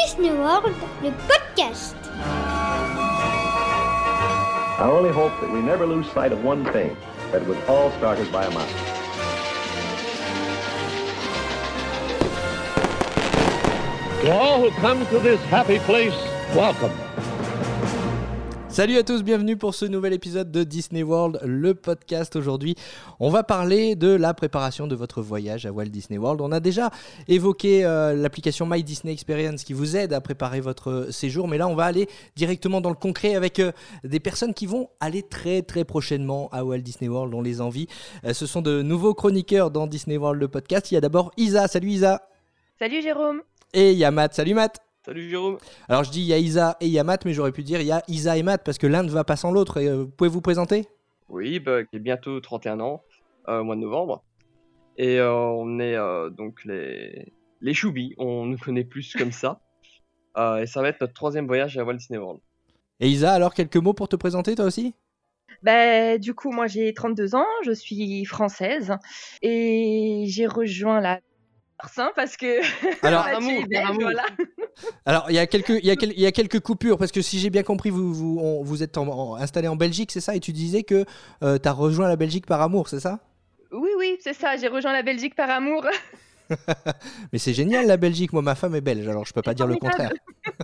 Disney World, le podcast. I only hope that we never lose sight of one thing, that it was all started by a mouse. To all who come to this happy place, welcome. Salut à tous, bienvenue pour ce nouvel épisode de Disney World, le podcast. Aujourd'hui, on va parler de la préparation de votre voyage à Walt Disney World. On a déjà évoqué l'application My Disney Experience qui vous aide à préparer votre séjour, mais là, on va aller directement dans le concret avec des personnes qui vont aller très très prochainement à Walt Disney World. On les envie. Ce sont de nouveaux chroniqueurs dans Disney World, le podcast. Il y a d'abord Isa. Salut Isa. Salut Jérôme. Et il y a Matt. Salut Matt. Salut Jérôme. Alors je dis il y a Isa et il y a Matt, mais j'aurais pu dire il y a Isa et Matt parce que l'un ne va pas sans l'autre. Et, vous pouvez vous présenter ? Oui, qui est bientôt 31 ans, au mois de novembre. Et on est donc les Choubis, on nous connaît plus comme ça. Et ça va être notre 3e voyage à Walt Disney World. Et Isa, alors quelques mots pour te présenter toi aussi ? Du coup, moi j'ai 32 ans, je suis française et j'ai rejoint la parce que alors voilà. Alors il y a quelques coupures parce que si j'ai bien compris vous êtes installé en Belgique, c'est ça, et tu disais que tu as rejoint la Belgique par amour, c'est ça ? Oui, c'est ça, j'ai rejoint la Belgique par amour. Mais c'est génial la Belgique, moi ma femme est belge, alors je peux pas dire le contraire.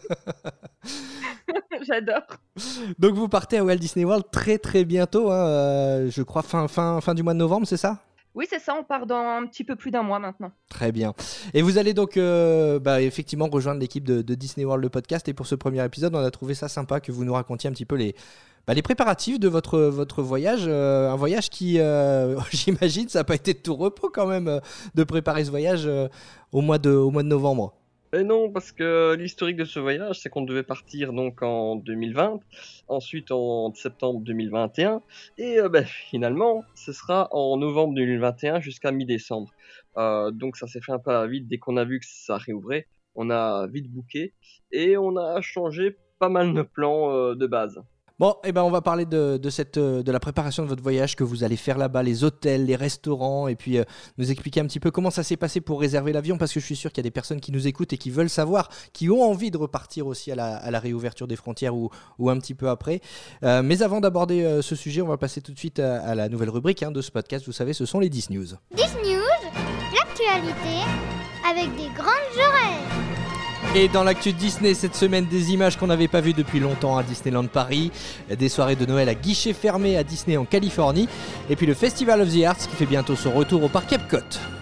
J'adore. Donc vous partez à Walt Disney World très très bientôt, hein, je crois fin du mois de novembre, c'est ça ? Oui, c'est ça, on part dans un petit peu plus d'un mois maintenant. Très bien. Et vous allez donc effectivement rejoindre l'équipe de Disney World, le podcast. Et pour ce premier épisode, on a trouvé ça sympa que vous nous racontiez un petit peu les préparatifs de votre voyage. Un voyage qui, j'imagine, ça n'a pas été de tout repos quand même de préparer ce voyage au mois de novembre. Et non, parce que l'historique de ce voyage, c'est qu'on devait partir donc en 2020, ensuite en septembre 2021, et finalement, ce sera en novembre 2021 jusqu'à mi-décembre. Donc ça s'est fait un peu à la vite. Dès qu'on a vu que ça réouvrait, on a vite booké, et on a changé pas mal nos plans de base. Bon, on va parler de la préparation de votre voyage, que vous allez faire là-bas, les hôtels, les restaurants, et puis nous expliquer un petit peu comment ça s'est passé pour réserver l'avion, parce que je suis sûr qu'il y a des personnes qui nous écoutent et qui veulent savoir, qui ont envie de repartir aussi à la réouverture des frontières ou un petit peu après. Mais avant d'aborder ce sujet, on va passer tout de suite à la nouvelle rubrique de ce podcast. Vous savez, ce sont les Disney News. Disney News, l'actualité avec des grandes oreilles. Et dans l'actu Disney cette semaine, des images qu'on n'avait pas vues depuis longtemps à Disneyland Paris, des soirées de Noël à guichet fermé à Disney en Californie, et puis le Festival of the Arts qui fait bientôt son retour au parc Epcot.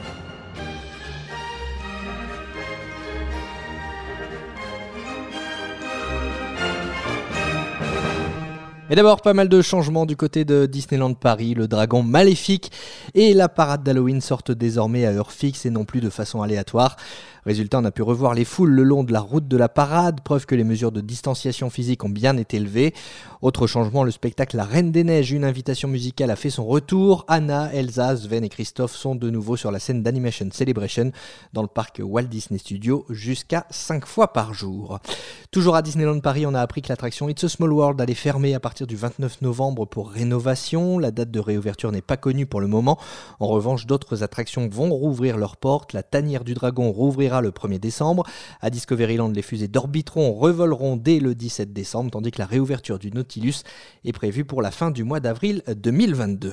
Mais d'abord, pas mal de changements du côté de Disneyland Paris. Le dragon maléfique et la parade d'Halloween sortent désormais à heure fixe et non plus de façon aléatoire. Résultat, on a pu revoir les foules le long de la route de la parade, preuve que les mesures de distanciation physique ont bien été levées. Autre changement, le spectacle La Reine des Neiges, une invitation musicale a fait son retour. Anna, Elsa, Sven et Christophe sont de nouveau sur la scène d'Animation Celebration dans le parc Walt Disney Studios jusqu'à 5 fois par jour. Toujours à Disneyland Paris, on a appris que l'attraction It's a Small World allait fermer à partir du 29 novembre pour rénovation. La date de réouverture n'est pas connue pour le moment. En revanche, d'autres attractions vont rouvrir leurs portes. La Tanière du Dragon rouvrira le 1er décembre. À Discoveryland, les fusées d'Orbitron revoleront dès le 17 décembre, tandis que la réouverture du Nautilus est prévue pour la fin du mois d'avril 2022.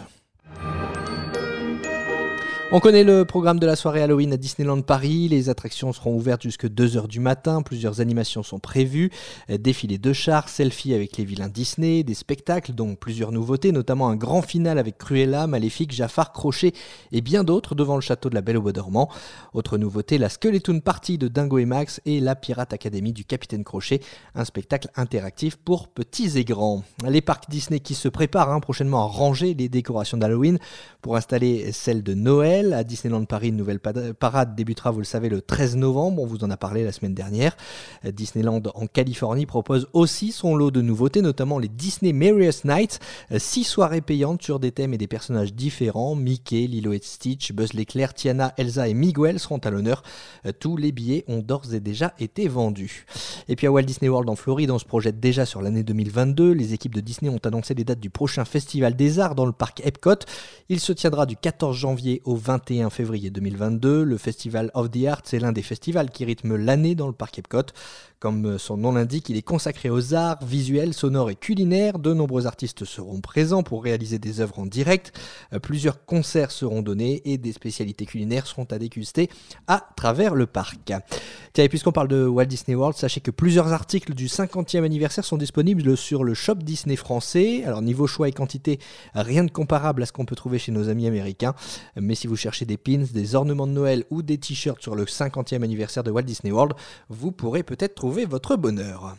On connaît le programme de la soirée Halloween à Disneyland Paris. Les attractions seront ouvertes jusqu'à 2h du matin. Plusieurs animations sont prévues. Défilés de chars, selfies avec les vilains Disney, des spectacles, dont plusieurs nouveautés, notamment un grand final avec Cruella, Maléfique, Jafar, Crochet et bien d'autres devant le château de la Belle au Bois dormant. Autre nouveauté, la Skeleton Party de Dingo et Max et la Pirate Academy du Capitaine Crochet, un spectacle interactif pour petits et grands. Les parcs Disney qui se préparent prochainement à ranger les décorations d'Halloween pour installer celles de Noël. À Disneyland Paris, une nouvelle parade débutera, vous le savez, le 13 novembre. On vous en a parlé la semaine dernière. Disneyland en Californie propose aussi son lot de nouveautés, notamment les Disney Merriest Nights. 6 soirées payantes sur des thèmes et des personnages différents. Mickey, Lilo et Stitch, Buzz l'éclair, Tiana, Elsa et Miguel seront à l'honneur. Tous les billets ont d'ores et déjà été vendus. Et puis à Walt Disney World en Floride, on se projette déjà sur l'année 2022. Les équipes de Disney ont annoncé les dates du prochain Festival des Arts dans le parc Epcot. Il se tiendra du 14 janvier au 21 février 2022. Le Festival of the Arts est l'un des festivals qui rythme l'année dans le parc Epcot. Comme son nom l'indique, il est consacré aux arts visuels, sonores et culinaires. De nombreux artistes seront présents pour réaliser des œuvres en direct. Plusieurs concerts seront donnés et des spécialités culinaires seront à déguster à travers le parc. Tiens, et puisqu'on parle de Walt Disney World, sachez que plusieurs articles du 50e anniversaire sont disponibles sur le shop Disney français. Alors niveau choix et quantité, rien de comparable à ce qu'on peut trouver chez nos amis américains. Mais si vous cherchez des pins, des ornements de Noël ou des t-shirts sur le 50e anniversaire de Walt Disney World, vous pourrez peut-être trouver votre bonheur.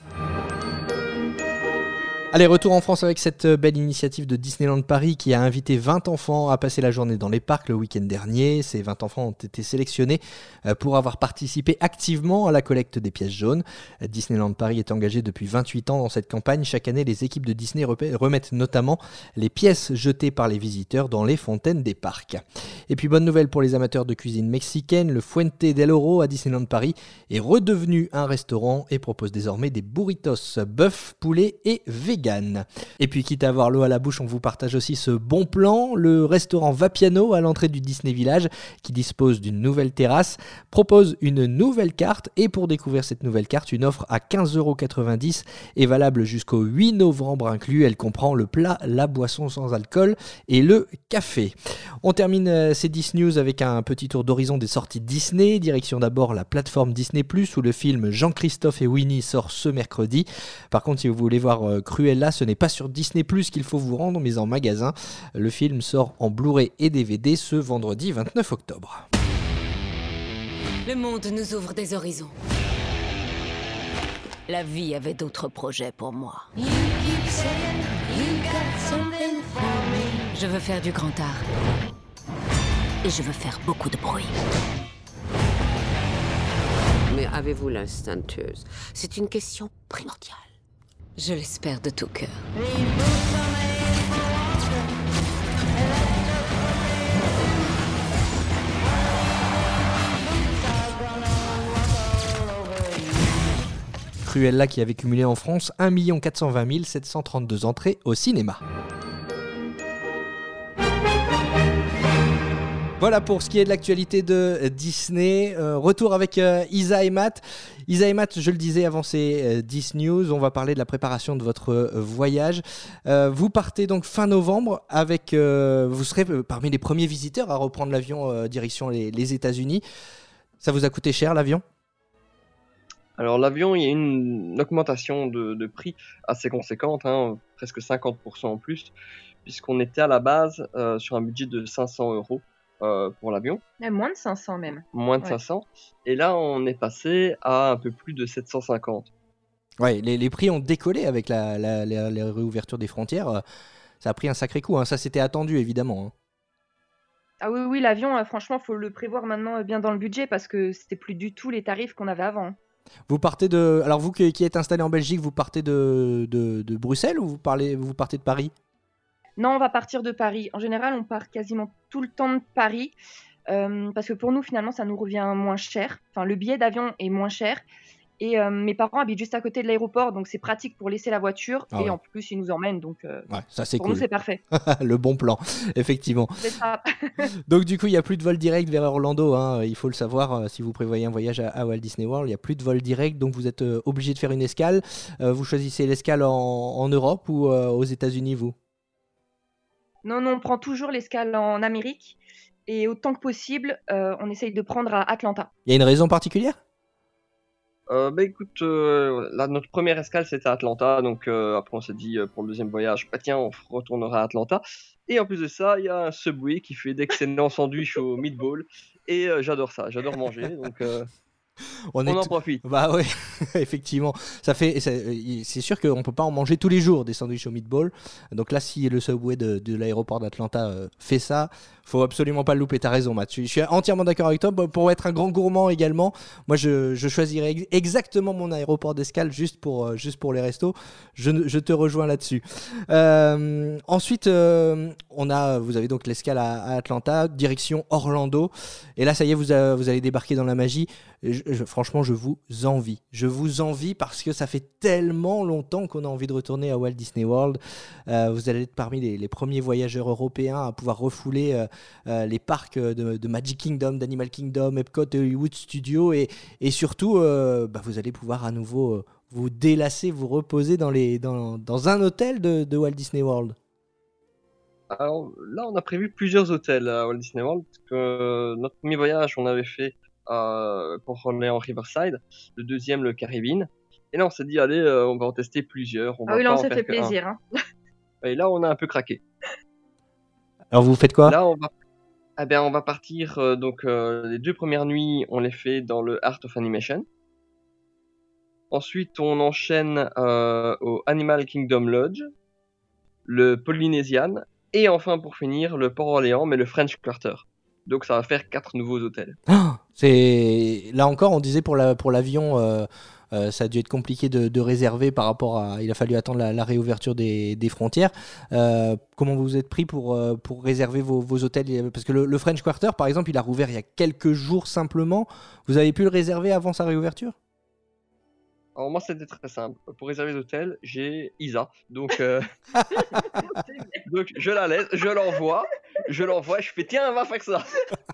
Allez, retour en France avec cette belle initiative de Disneyland Paris qui a invité 20 enfants à passer la journée dans les parcs le week-end dernier. Ces 20 enfants ont été sélectionnés pour avoir participé activement à la collecte des pièces jaunes. Disneyland Paris est engagé depuis 28 ans dans cette campagne. Chaque année, les équipes de Disney remettent notamment les pièces jetées par les visiteurs dans les fontaines des parcs. Et puis, bonne nouvelle pour les amateurs de cuisine mexicaine, le Fuente del Oro à Disneyland Paris est redevenu un restaurant et propose désormais des burritos bœuf, poulet et vegan. Et puis quitte à avoir l'eau à la bouche, on vous partage aussi ce bon plan. Le restaurant Vapiano à l'entrée du Disney Village, qui dispose d'une nouvelle terrasse, propose une nouvelle carte. Et pour découvrir cette nouvelle carte, une offre à 15,90€ est valable jusqu'au 8 novembre inclus. Elle comprend le plat, la boisson sans alcool et le café. On termine ces 10 news avec un petit tour d'horizon des sorties Disney. Direction d'abord la plateforme Disney+, où le film Jean-Christophe et Winnie sort ce mercredi. Par contre, si vous voulez voir Cruella, ce n'est pas sur Disney+ qu'il faut vous rendre, mais en magasin. Le film sort en Blu-ray et DVD ce vendredi 29 octobre. Le monde nous ouvre des horizons. La vie avait d'autres projets pour moi. Je veux faire du grand art. Et je veux faire beaucoup de bruit. Mais avez-vous l'instinct tueuse? C'est une question primordiale. Je l'espère de tout cœur. Cruella qui avait cumulé en France 1 420 732 entrées au cinéma. Voilà pour ce qui est de l'actualité de Disney. Retour avec Isa et Matt. Isa et Matt, je le disais avant ces 10 news, on va parler de la préparation de votre voyage. Vous partez donc fin novembre avec... vous serez parmi les premiers visiteurs à reprendre l'avion direction les États-Unis. Ça vous a coûté cher l'avion ? Alors l'avion, il y a une augmentation de prix assez conséquente, presque 50% en plus, puisqu'on était à la base sur un budget de 500€ pour l'avion. Moins de 500 même. Moins de 500. Et là, on est passé à un peu plus de 750. Ouais, les prix ont décollé avec la réouverture des frontières. Ça a pris un sacré coup. Ça, c'était attendu, évidemment. Ah oui, l'avion, franchement, il faut le prévoir maintenant bien dans le budget parce que c'était plus du tout les tarifs qu'on avait avant. Vous partez de... Alors, vous qui êtes installé en Belgique, vous partez de Bruxelles ou vous partez de Paris ? Non, on va partir de Paris. En général, on part quasiment tout le temps de Paris parce que pour nous, finalement, ça nous revient moins cher. Enfin, le billet d'avion est moins cher. Et mes parents habitent juste à côté de l'aéroport, donc c'est pratique pour laisser la voiture. Et en plus, ils nous emmènent, donc ça, c'est pour cool. nous, c'est parfait. Le bon plan, effectivement. C'est ça. Donc du coup, il n'y a plus de vol direct vers Orlando. Il faut le savoir, si vous prévoyez un voyage à Walt Disney World, il n'y a plus de vol direct, donc vous êtes obligé de faire une escale. Vous choisissez l'escale en Europe ou aux États-Unis, vous ? Non, on prend toujours l'escale en Amérique. Et autant que possible, on essaye de prendre à Atlanta. Il y a une raison particulière ? Écoute, là, notre première escale c'était à Atlanta, donc après on s'est dit pour le deuxième voyage, tiens, on retournera à Atlanta. Et en plus de ça, il y a un Subway qui fait d'excellents sandwichs au meatball, et j'adore ça, j'adore manger, donc on en profite. Bah ouais, effectivement. C'est sûr qu'on peut pas en manger tous les jours des sandwichs au meatball. Donc là, si le Subway de l'aéroport d'Atlanta fait ça, faut absolument pas le louper. T'as raison, Matt. Je suis entièrement d'accord avec toi. Pour être un grand gourmand également, moi je choisirais exactement mon aéroport d'escale juste pour les restos. Je te rejoins là-dessus. Ensuite, vous avez donc l'escale à Atlanta, direction Orlando. Et là, ça y est, vous allez débarquer dans la magie. Franchement, je vous envie. Je vous envie parce que ça fait tellement longtemps qu'on a envie de retourner à Walt Disney World. Vous allez être parmi les premiers voyageurs européens à pouvoir refouler les parcs de Magic Kingdom, d'Animal Kingdom, Epcot, Hollywood Studios et surtout, vous allez pouvoir à nouveau vous délasser, vous reposer dans un hôtel de Walt Disney World. Alors là, on a prévu plusieurs hôtels à Walt Disney World. Parce que notre premier voyage, on avait fait pour Orléans Riverside, le deuxième, le Caribbean. Et là, on s'est dit, allez, on va en tester plusieurs. Ah oui, là, on s'est fait plaisir. Hein. Et là, on a un peu craqué. Alors, vous faites quoi ? Là, on va partir. Les 2 premières nuits, on les fait dans le Art of Animation. Ensuite, on enchaîne au Animal Kingdom Lodge, le Polynesian, et enfin, pour finir, le Port Orléans, mais le French Quarter. Donc, ça va faire 4 nouveaux hôtels. Là encore, on disait pour l'avion, ça a dû être compliqué de réserver par rapport à... Il a fallu attendre la réouverture des frontières. Comment vous êtes pris pour réserver vos hôtels ? Parce que le French Quarter, par exemple, il a rouvert il y a quelques jours simplement. Vous avez pu le réserver avant sa réouverture ? Alors moi, c'était très simple. Pour réserver l'hôtel, j'ai Isa. Donc, donc je la laisse, je l'envoie, je fais tiens, va faire ça.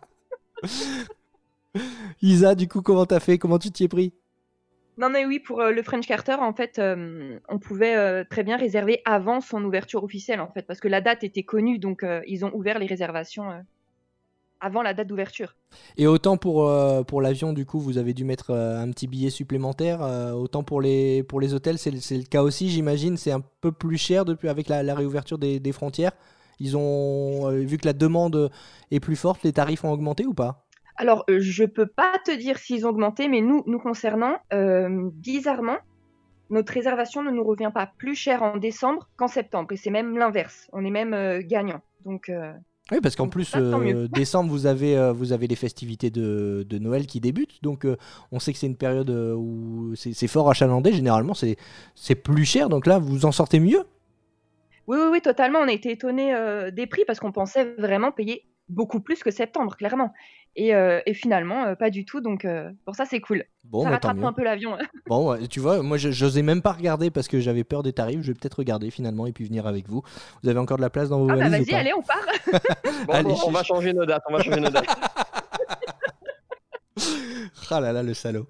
Isa, du coup, comment t'as fait ? Comment tu t'y es pris ? Non mais oui, pour le French Quarter, en fait, on pouvait très bien réserver avant son ouverture officielle, en fait, parce que la date était connue, donc ils ont ouvert les réservations avant la date d'ouverture. Et autant pour l'avion, du coup, vous avez dû mettre un petit billet supplémentaire, autant pour les hôtels, c'est le cas aussi, j'imagine, c'est un peu plus cher avec la réouverture des frontières. Ils ont vu que la demande est plus forte, les tarifs ont augmenté ou pas ? Alors, je peux pas te dire s'ils ont augmenté, mais nous concernant, bizarrement, notre réservation ne nous revient pas plus cher en décembre qu'en septembre, et c'est même l'inverse. On est même gagnant. Donc oui, parce qu'en plus, décembre, vous avez les festivités de Noël qui débutent. Donc, on sait que c'est une période où c'est fort achalandé. Généralement, c'est plus cher. Donc là, vous en sortez mieux ? Oui, totalement. On a été étonnés des prix parce qu'on pensait vraiment payer beaucoup plus que septembre, clairement. Et finalement, pas du tout. Donc, pour ça, c'est cool. Bon, ça rattrape un peu l'avion. Bon, tu vois, moi, j'osais même pas regarder parce que j'avais peur des tarifs. Je vais peut-être regarder finalement et puis venir avec vous. Vous avez encore de la place dans vos valises vas-y, allez, on part. Allez, on va changer nos dates. Ah là là, le salaud.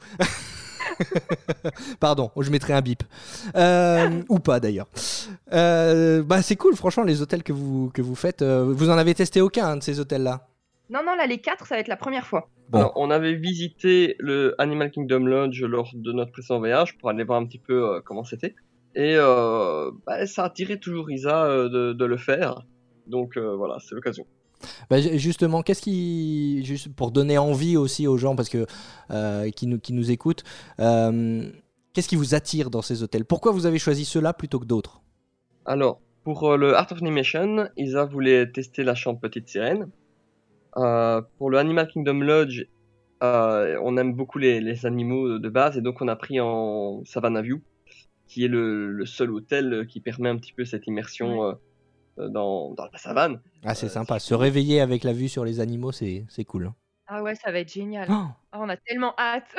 Pardon, je mettrai un bip. Ou pas d'ailleurs. C'est cool, franchement, les hôtels que vous faites. Vous en avez testé aucun de ces hôtels-là ? Non, là, les 4, ça va être la première fois. Bon. Alors, on avait visité le Animal Kingdom Lodge lors de notre précédent voyage pour aller voir un petit peu comment c'était. Et ça attirait toujours Isa de le faire. Donc voilà, c'est l'occasion. Justement, juste pour donner envie aussi aux gens parce que qui nous écoutent, qu'est-ce qui vous attire dans ces hôtels ? Pourquoi vous avez choisi ceux-là plutôt que d'autres ? Alors, pour le Art of Animation, Isa voulait tester la chambre Petite Sirène. Pour le Animal Kingdom Lodge, on aime beaucoup les animaux de base et donc on a pris en Savannah View, qui est le seul hôtel qui permet un petit peu cette immersion dans la savane. Ah, c'est sympa. Se réveiller avec la vue sur les animaux, c'est cool. Ah ouais, ça va être génial. On a tellement hâte.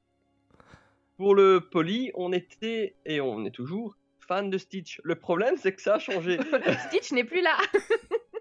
Pour le Poly, on était, et on est toujours, fan de Stitch. Le problème, c'est que ça a changé. Stitch n'est plus là. Aïe !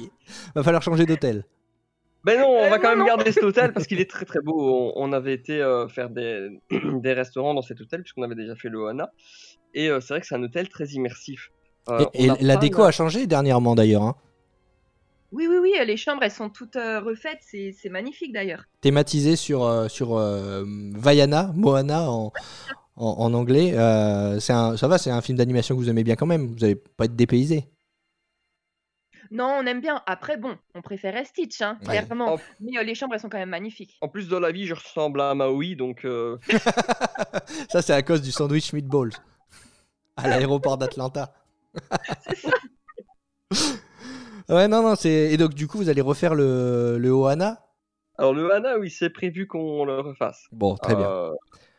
Va falloir changer d'hôtel. Ben non, on va quand même garder cet hôtel parce qu'il est très très beau. On avait été faire des restaurants dans cet hôtel puisqu'on avait déjà fait le Ohana. Et c'est vrai que c'est un hôtel très immersif. Et la déco a changé dernièrement d'ailleurs. Hein. Oui, les chambres elles sont toutes refaites, c'est magnifique d'ailleurs. Thématisé sur Vaiana, Moana en anglais. C'est un film d'animation que vous aimez bien quand même. Vous n'allez pas être dépaysé. Non, on aime bien. Après, bon, on préférait Stitch, hein, clairement. Mais les chambres, elles sont quand même magnifiques. En plus, dans la vie, je ressemble à Maui, donc... Ça, c'est à cause du sandwich meatballs. À l'aéroport d'Atlanta. C'est ça. Ouais, non, et donc, du coup, vous allez refaire le Ohana ? Alors, le Ohana, oui, c'est prévu qu'on le refasse. Bon, très bien.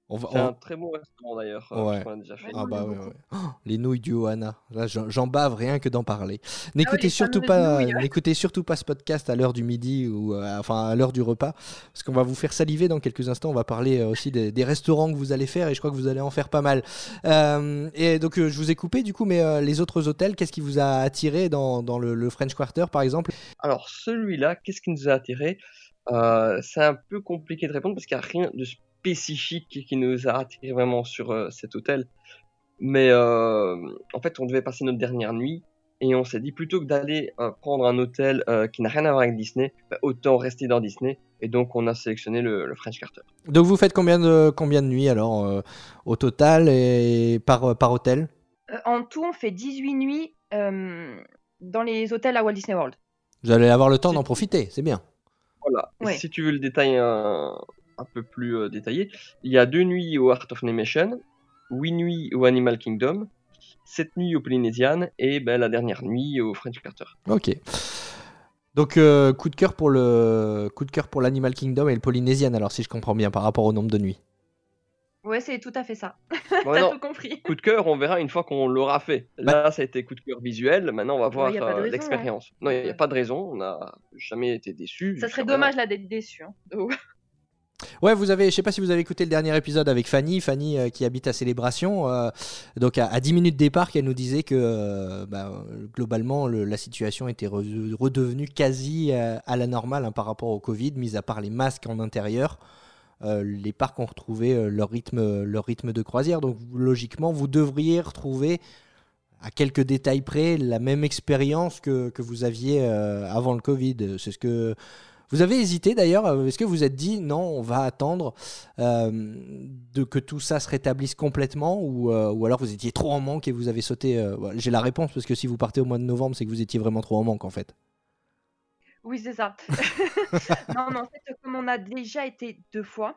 C'est un très bon restaurant d'ailleurs, Ouais. qu'on a déjà fait. Ah Nous, bah on ouais, aime ouais. Oh, les nouilles du Ohana. Là, j'en bave rien que d'en parler. Ah oui, N'écoutez les surtout fameuses pas, nouilles. n'écoutez surtout pas ce podcast à l'heure du midi ou enfin à l'heure du repas, parce qu'on va vous faire saliver dans quelques instants. On va parler aussi des restaurants que vous allez faire et je crois que vous allez en faire pas mal. Et donc je vous ai coupé du coup, mais les autres hôtels, qu'est-ce qui vous a attiré dans le French Quarter par exemple? Alors celui-là, qu'est-ce qui nous a attiré? C'est un peu compliqué de répondre parce qu'il n'y a rien de spécifique qui nous a attiré vraiment sur cet hôtel. Mais en fait, on devait passer notre dernière nuit et on s'est dit plutôt que d'aller prendre un hôtel qui n'a rien à voir avec Disney, bah, autant rester dans Disney. Et donc, on a sélectionné le French Quarter. Donc vous faites combien de nuits alors au total et par hôtel? En tout, on fait 18 nuits dans les hôtels à Walt Disney World. Vous allez avoir le temps Si- d'en profiter, c'est bien. Voilà. Et Ouais. si tu veux le détail un peu plus détaillé, il y a 2 nuits au Art of Animation, 8 nuits au Animal Kingdom, 7 nuits au Polynesian et ben, la dernière nuit au French Quarter. Ok. Donc coup de cœur pour l'Animal Kingdom et le Polynesian alors si je comprends bien par rapport au nombre de nuits. Ouais, c'est tout à fait ça. Bon, T'as non, tout compris. coup de cœur, on verra une fois qu'on l'aura fait. Là, ça a été coup de cœur visuel. Maintenant, on va voir y a pas de raison, l'expérience. Non, il n'y a Ouais. pas de raison. On n'a jamais été déçus. Ça jusqu'à serait présent. dommage là d'être déçu. Hein. Oh. Ouais, je sais pas si vous avez écouté le dernier épisode avec Fanny qui habite à Célébration. Donc à 10 minutes des parcs, elle nous disait que globalement la situation était redevenue quasi à la normale par rapport au Covid, mis à part les masques en intérieur. Les parcs ont retrouvé leur rythme de croisière. Donc logiquement, vous devriez retrouver à quelques détails près la même expérience que vous aviez avant le Covid. C'est ce que vous avez hésité d'ailleurs. Est-ce que vous êtes dit non, on va attendre que tout ça se rétablisse complètement ou alors vous étiez trop en manque et vous avez sauté J'ai la réponse parce que si vous partez au mois de novembre, c'est que vous étiez vraiment trop en manque en fait. Oui, c'est ça. Non, mais en fait, comme on a déjà été 2 fois,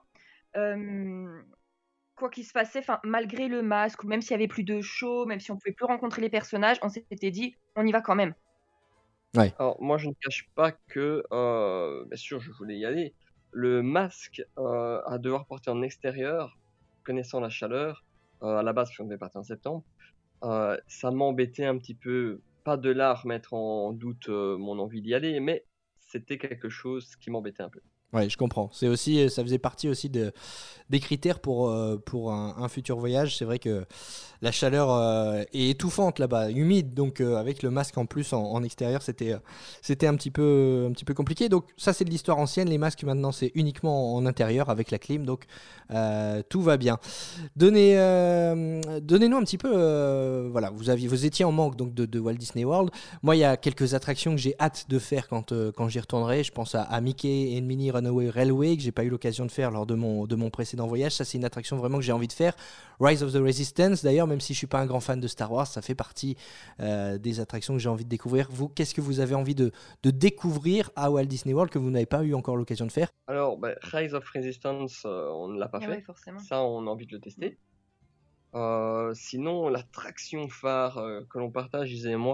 quoi qu'il se passait, malgré le masque, ou même s'il y avait plus de show, même si on pouvait plus rencontrer les personnages, on s'était dit, on y va quand même. Alors, moi, je ne cache pas que, bien sûr, je voulais y aller. Le masque à devoir porter en extérieur, connaissant la chaleur, à la base, parce qu'on devait partir en septembre, ça m'embêtait un petit peu. Pas de là à remettre en doute mon envie d'y aller, mais c'était quelque chose qui m'embêtait un peu. Ouais, je comprends. C'est aussi, ça faisait partie aussi des critères pour un futur voyage. C'est vrai que la chaleur est étouffante là-bas, humide, donc avec le masque en plus en extérieur, c'était un petit peu compliqué. Donc ça, c'est de l'histoire ancienne. Les masques maintenant, c'est uniquement en intérieur avec la clim, donc tout va bien. Donnez-nous un petit peu, voilà, vous étiez en manque donc de Walt Disney World. Moi, il y a quelques attractions que j'ai hâte de faire quand j'y retournerai. Je pense à Mickey and Minnie Runaway Railway que j'ai pas eu l'occasion de faire lors de mon précédent voyage. Ça, c'est une attraction vraiment que j'ai envie de faire. Rise of the Resistance, d'ailleurs, même si je suis pas un grand fan de Star Wars, ça fait partie des attractions que j'ai envie de découvrir. Vous, qu'est-ce que vous avez envie de découvrir à Walt Disney World que vous n'avez pas eu encore l'occasion de faire? Alors, Rise of Resistance, on ne l'a pas Ah fait. ouais, forcément. Ça, on a envie de le tester. Sinon, l'attraction phare que l'on partage, Isée et moi,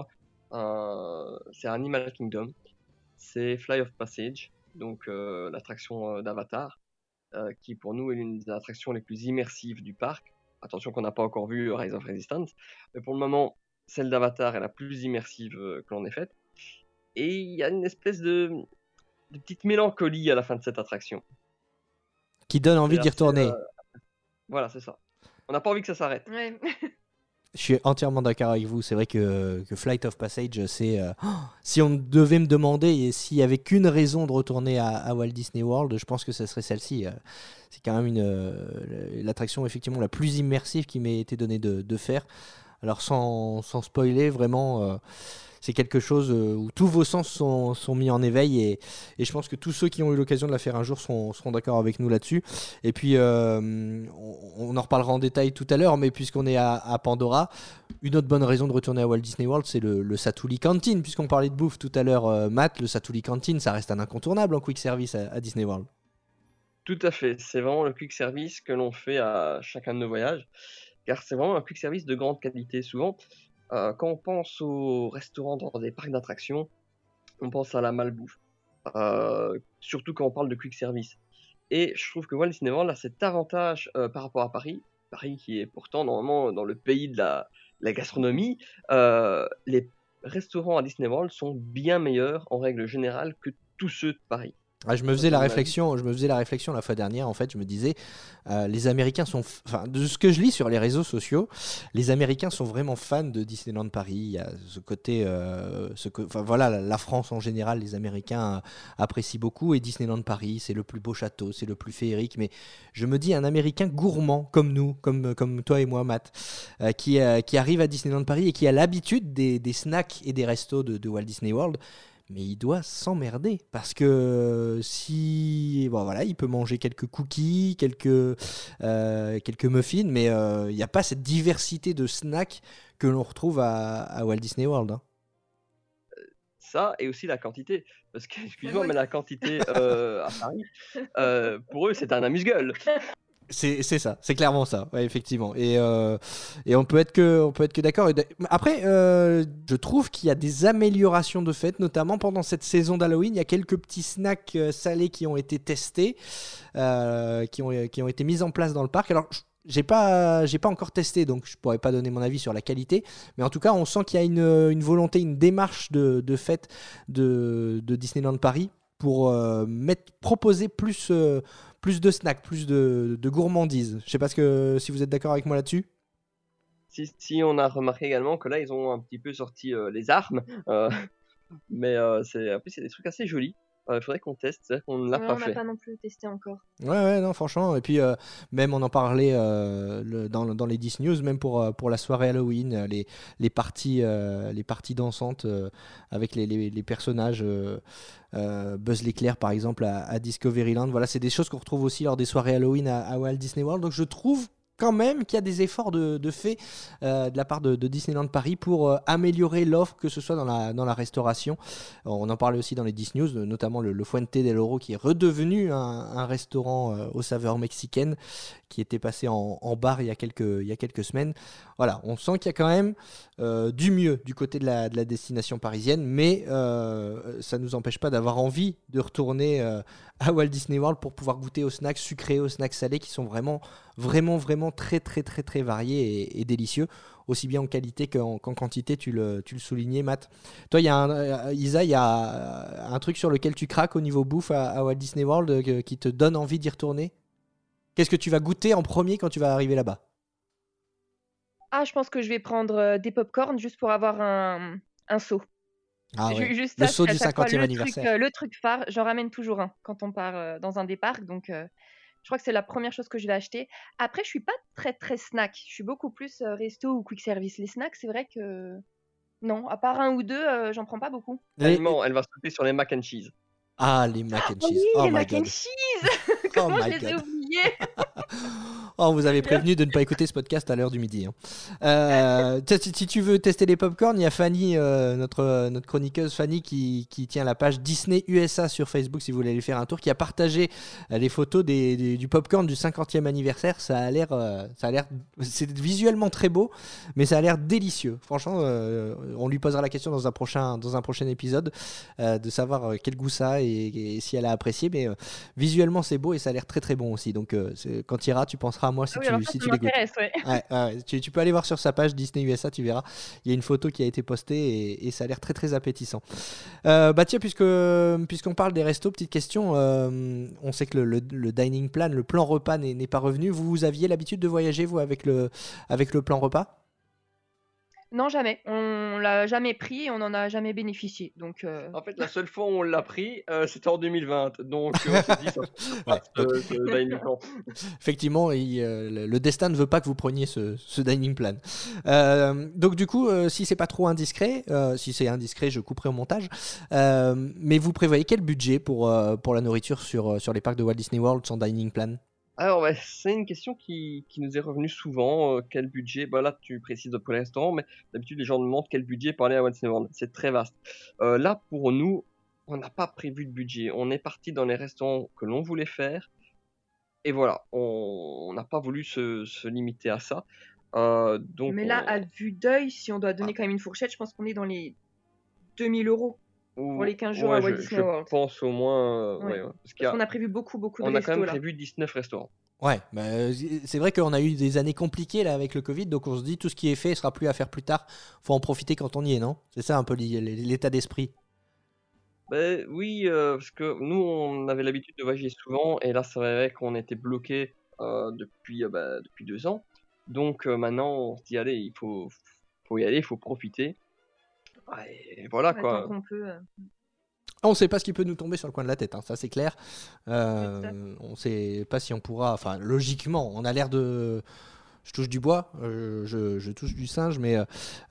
c'est Animal Kingdom. C'est Flight of Passage, donc l'attraction d'Avatar, qui pour nous est l'une des attractions les plus immersives du parc. Attention qu'on n'a pas encore vu Rise of Resistance, mais pour le moment, celle d'Avatar est la plus immersive que l'on ait faite. Et il y a une espèce de petite mélancolie à la fin de cette attraction. Qui donne envie C'est d'y assez, retourner. Voilà, c'est ça. On n'a pas envie que ça s'arrête. Ouais. Je suis entièrement d'accord avec vous. C'est vrai que Flight of Passage, c'est si on devait me demander et s'il y avait qu'une raison de retourner à Walt Disney World, je pense que ce serait celle-ci. C'est quand même l'attraction effectivement la plus immersive qui m'ait été donnée de faire. Alors sans spoiler, vraiment, c'est quelque chose où tous vos sens sont mis en éveil et je pense que tous ceux qui ont eu l'occasion de la faire un jour seront d'accord avec nous là-dessus. Et puis, on en reparlera en détail tout à l'heure, mais puisqu'on est à Pandora, une autre bonne raison de retourner à Walt Disney World, c'est le Satuli Canteen. Puisqu'on parlait de bouffe tout à l'heure, Matt, le Satuli Canteen, ça reste un incontournable en quick service à Disney World. Tout à fait. C'est vraiment le quick service que l'on fait à chacun de nos voyages, car c'est vraiment un quick service de grande qualité. Souvent, quand on pense aux restaurants dans des parcs d'attractions, on pense à la malbouffe. Surtout quand on parle de quick service. Et je trouve que Walt Disney World a cet avantage par rapport à Paris. Paris qui est pourtant normalement dans le pays de la gastronomie. Les restaurants à Disney World sont bien meilleurs en règle générale que tous ceux de Paris. Ah, je me faisais la réflexion la fois dernière. En fait, je me disais, les Américains sont, de ce que je lis sur les réseaux sociaux, les Américains sont vraiment fans de Disneyland Paris. Il y a ce côté, voilà, la France en général, les Américains apprécient beaucoup, et Disneyland Paris, c'est le plus beau château, c'est le plus féerique. Mais je me dis, un Américain gourmand comme nous, comme toi et moi, Matt, qui arrive à Disneyland Paris et qui a l'habitude des snacks et des restos de Walt Disney World. Mais il doit s'emmerder parce que il peut manger quelques cookies, quelques muffins, mais il n'y a pas cette diversité de snacks que l'on retrouve à Walt Disney World. Hein. Ça, et aussi la quantité. Parce que, excuse-moi, mais la quantité à Paris, pour eux, c'est un amuse-gueule. C'est ça, c'est clairement ça, ouais, effectivement. Et on peut être que d'accord. Après, je trouve qu'il y a des améliorations de fait, notamment pendant cette saison d'Halloween. Il y a quelques petits snacks salés qui ont été testés, qui ont été mis en place dans le parc. Alors, j'ai pas encore testé, donc je pourrais pas donner mon avis sur la qualité, mais en tout cas, on sent qu'il y a une volonté, une démarche de fait de Disneyland Paris pour proposer plus de snacks, plus de gourmandises. Je sais pas si vous êtes d'accord avec moi là-dessus. Si on a remarqué également que là, ils ont un petit peu sorti les armes, mais c'est des trucs assez jolis. Il faudrait qu'on teste, c'est vrai qu'on ne l'a pas fait. On n'a pas non plus testé encore. Ouais, non, franchement. Et puis, même on en parlait dans les Disney News, même pour la soirée Halloween, les parties dansantes avec les personnages, Buzz l'éclair par exemple à Discoveryland. Voilà, c'est des choses qu'on retrouve aussi lors des soirées Halloween à Walt Disney World. Donc je trouve quand même qu'il y a des efforts de fait de la part de Disneyland Paris pour améliorer l'offre, que ce soit dans la restauration. On en parlait aussi dans les Disney News, notamment le Fuente del Oro qui est redevenu un restaurant aux saveurs mexicaines, qui était passé en bar il y a quelques semaines. Voilà, on sent qu'il y a quand même du mieux du côté de la destination parisienne, mais ça ne nous empêche pas d'avoir envie de retourner à Walt Disney World pour pouvoir goûter aux snacks sucrés, aux snacks salés qui sont vraiment très très très très variés et délicieux, aussi bien en qualité qu'en quantité. Tu le soulignais, Matt. Toi, Isa, il y a un truc sur lequel tu craques au niveau bouffe à Walt Disney World qui te donne envie d'y retourner. Qu'est-ce que tu vas goûter en premier quand tu vas arriver là-bas? Ah, je pense que je vais prendre des pop-corn juste pour avoir un seau. Ah ouais. Juste Le ça, saut c'est à du chaque fois 50e anniversaire. le truc phare. J'en ramène toujours un quand on part dans un des parcs. Donc, je crois que c'est la première chose que je vais acheter. Après, je suis pas très très snack. Je suis beaucoup plus resto ou quick service. Les snacks, c'est vrai que non, à part un ou deux, j'en prends pas beaucoup. Elle va sauter sur les mac and cheese. Ah, les mac and cheese. Oui, oh les my mac God. and cheese. Comment je les ai oubliés? On vous avait prévenu de ne pas écouter ce podcast à l'heure du midi. Hein. Si tu veux tester les popcorn, il y a Fanny, notre chroniqueuse Fanny, qui tient la page Disney USA sur Facebook, si vous voulez aller faire un tour, qui a partagé les photos du popcorn du 50e anniversaire. Ça a l'air, c'est visuellement très beau, mais ça a l'air délicieux. Franchement, on lui posera la question dans un prochain épisode de savoir quel goût ça a et si elle a apprécié. Mais visuellement, c'est beau et ça a l'air très très bon aussi. Donc, quand tu iras, tu penseras à moi si tu les goûtes. Ouais. Tu peux aller voir sur sa page Disney USA, tu verras. Il y a une photo qui a été postée et ça a l'air très très appétissant. Tiens, puisqu'on parle des restos, petite question. On sait que le dining plan, le plan repas n'est pas revenu. Vous aviez l'habitude de voyager, vous, avec le plan repas? Non, jamais. On l'a jamais pris et on n'en a jamais bénéficié. Donc, En fait, la seule fois où on l'a pris, c'était en 2020. Donc, on s'est dit, ça se passe ce dining plan. Effectivement, le destin ne veut pas que vous preniez ce dining plan. Donc, du coup, si c'est pas trop indiscret, si c'est indiscret, je couperai au montage. Mais vous prévoyez quel budget pour la nourriture sur les parcs de Walt Disney World sans dining plan? Alors, c'est une question qui nous est revenue souvent. Quel budget? Là, tu précises pour les restaurants, mais d'habitude, les gens demandent quel budget pour aller à Walt Disney World. C'est très vaste. Là, pour nous, on n'a pas prévu de budget. On est parti dans les restaurants que l'on voulait faire. Et voilà, on n'a pas voulu se limiter à ça. Mais là, à vue d'œil, si on doit donner quand même une fourchette, je pense qu'on est dans les 2000 €. pour les 15 jours à Walt Disney World. Je pense au moins. Ouais. Parce qu'on a prévu beaucoup de restos. On a quand même là. prévu 19 restaurants. Ouais, c'est vrai qu'on a eu des années compliquées là avec le Covid, donc on se dit tout ce qui est fait sera plus à faire plus tard. Faut en profiter quand on y est, non ? C'est ça un peu l'état d'esprit. Oui, parce que nous on avait l'habitude de voyager souvent et là c'est vrai qu'on était bloqué depuis 2 ans. Donc maintenant on se dit allez, il faut y aller, il faut profiter. Et voilà quoi. Tant qu'on peut. On ne sait pas ce qui peut nous tomber sur le coin de la tête, hein, ça c'est clair. On ne sait pas si on pourra. Enfin, logiquement, on a l'air de. Je touche du bois, je touche du singe, mais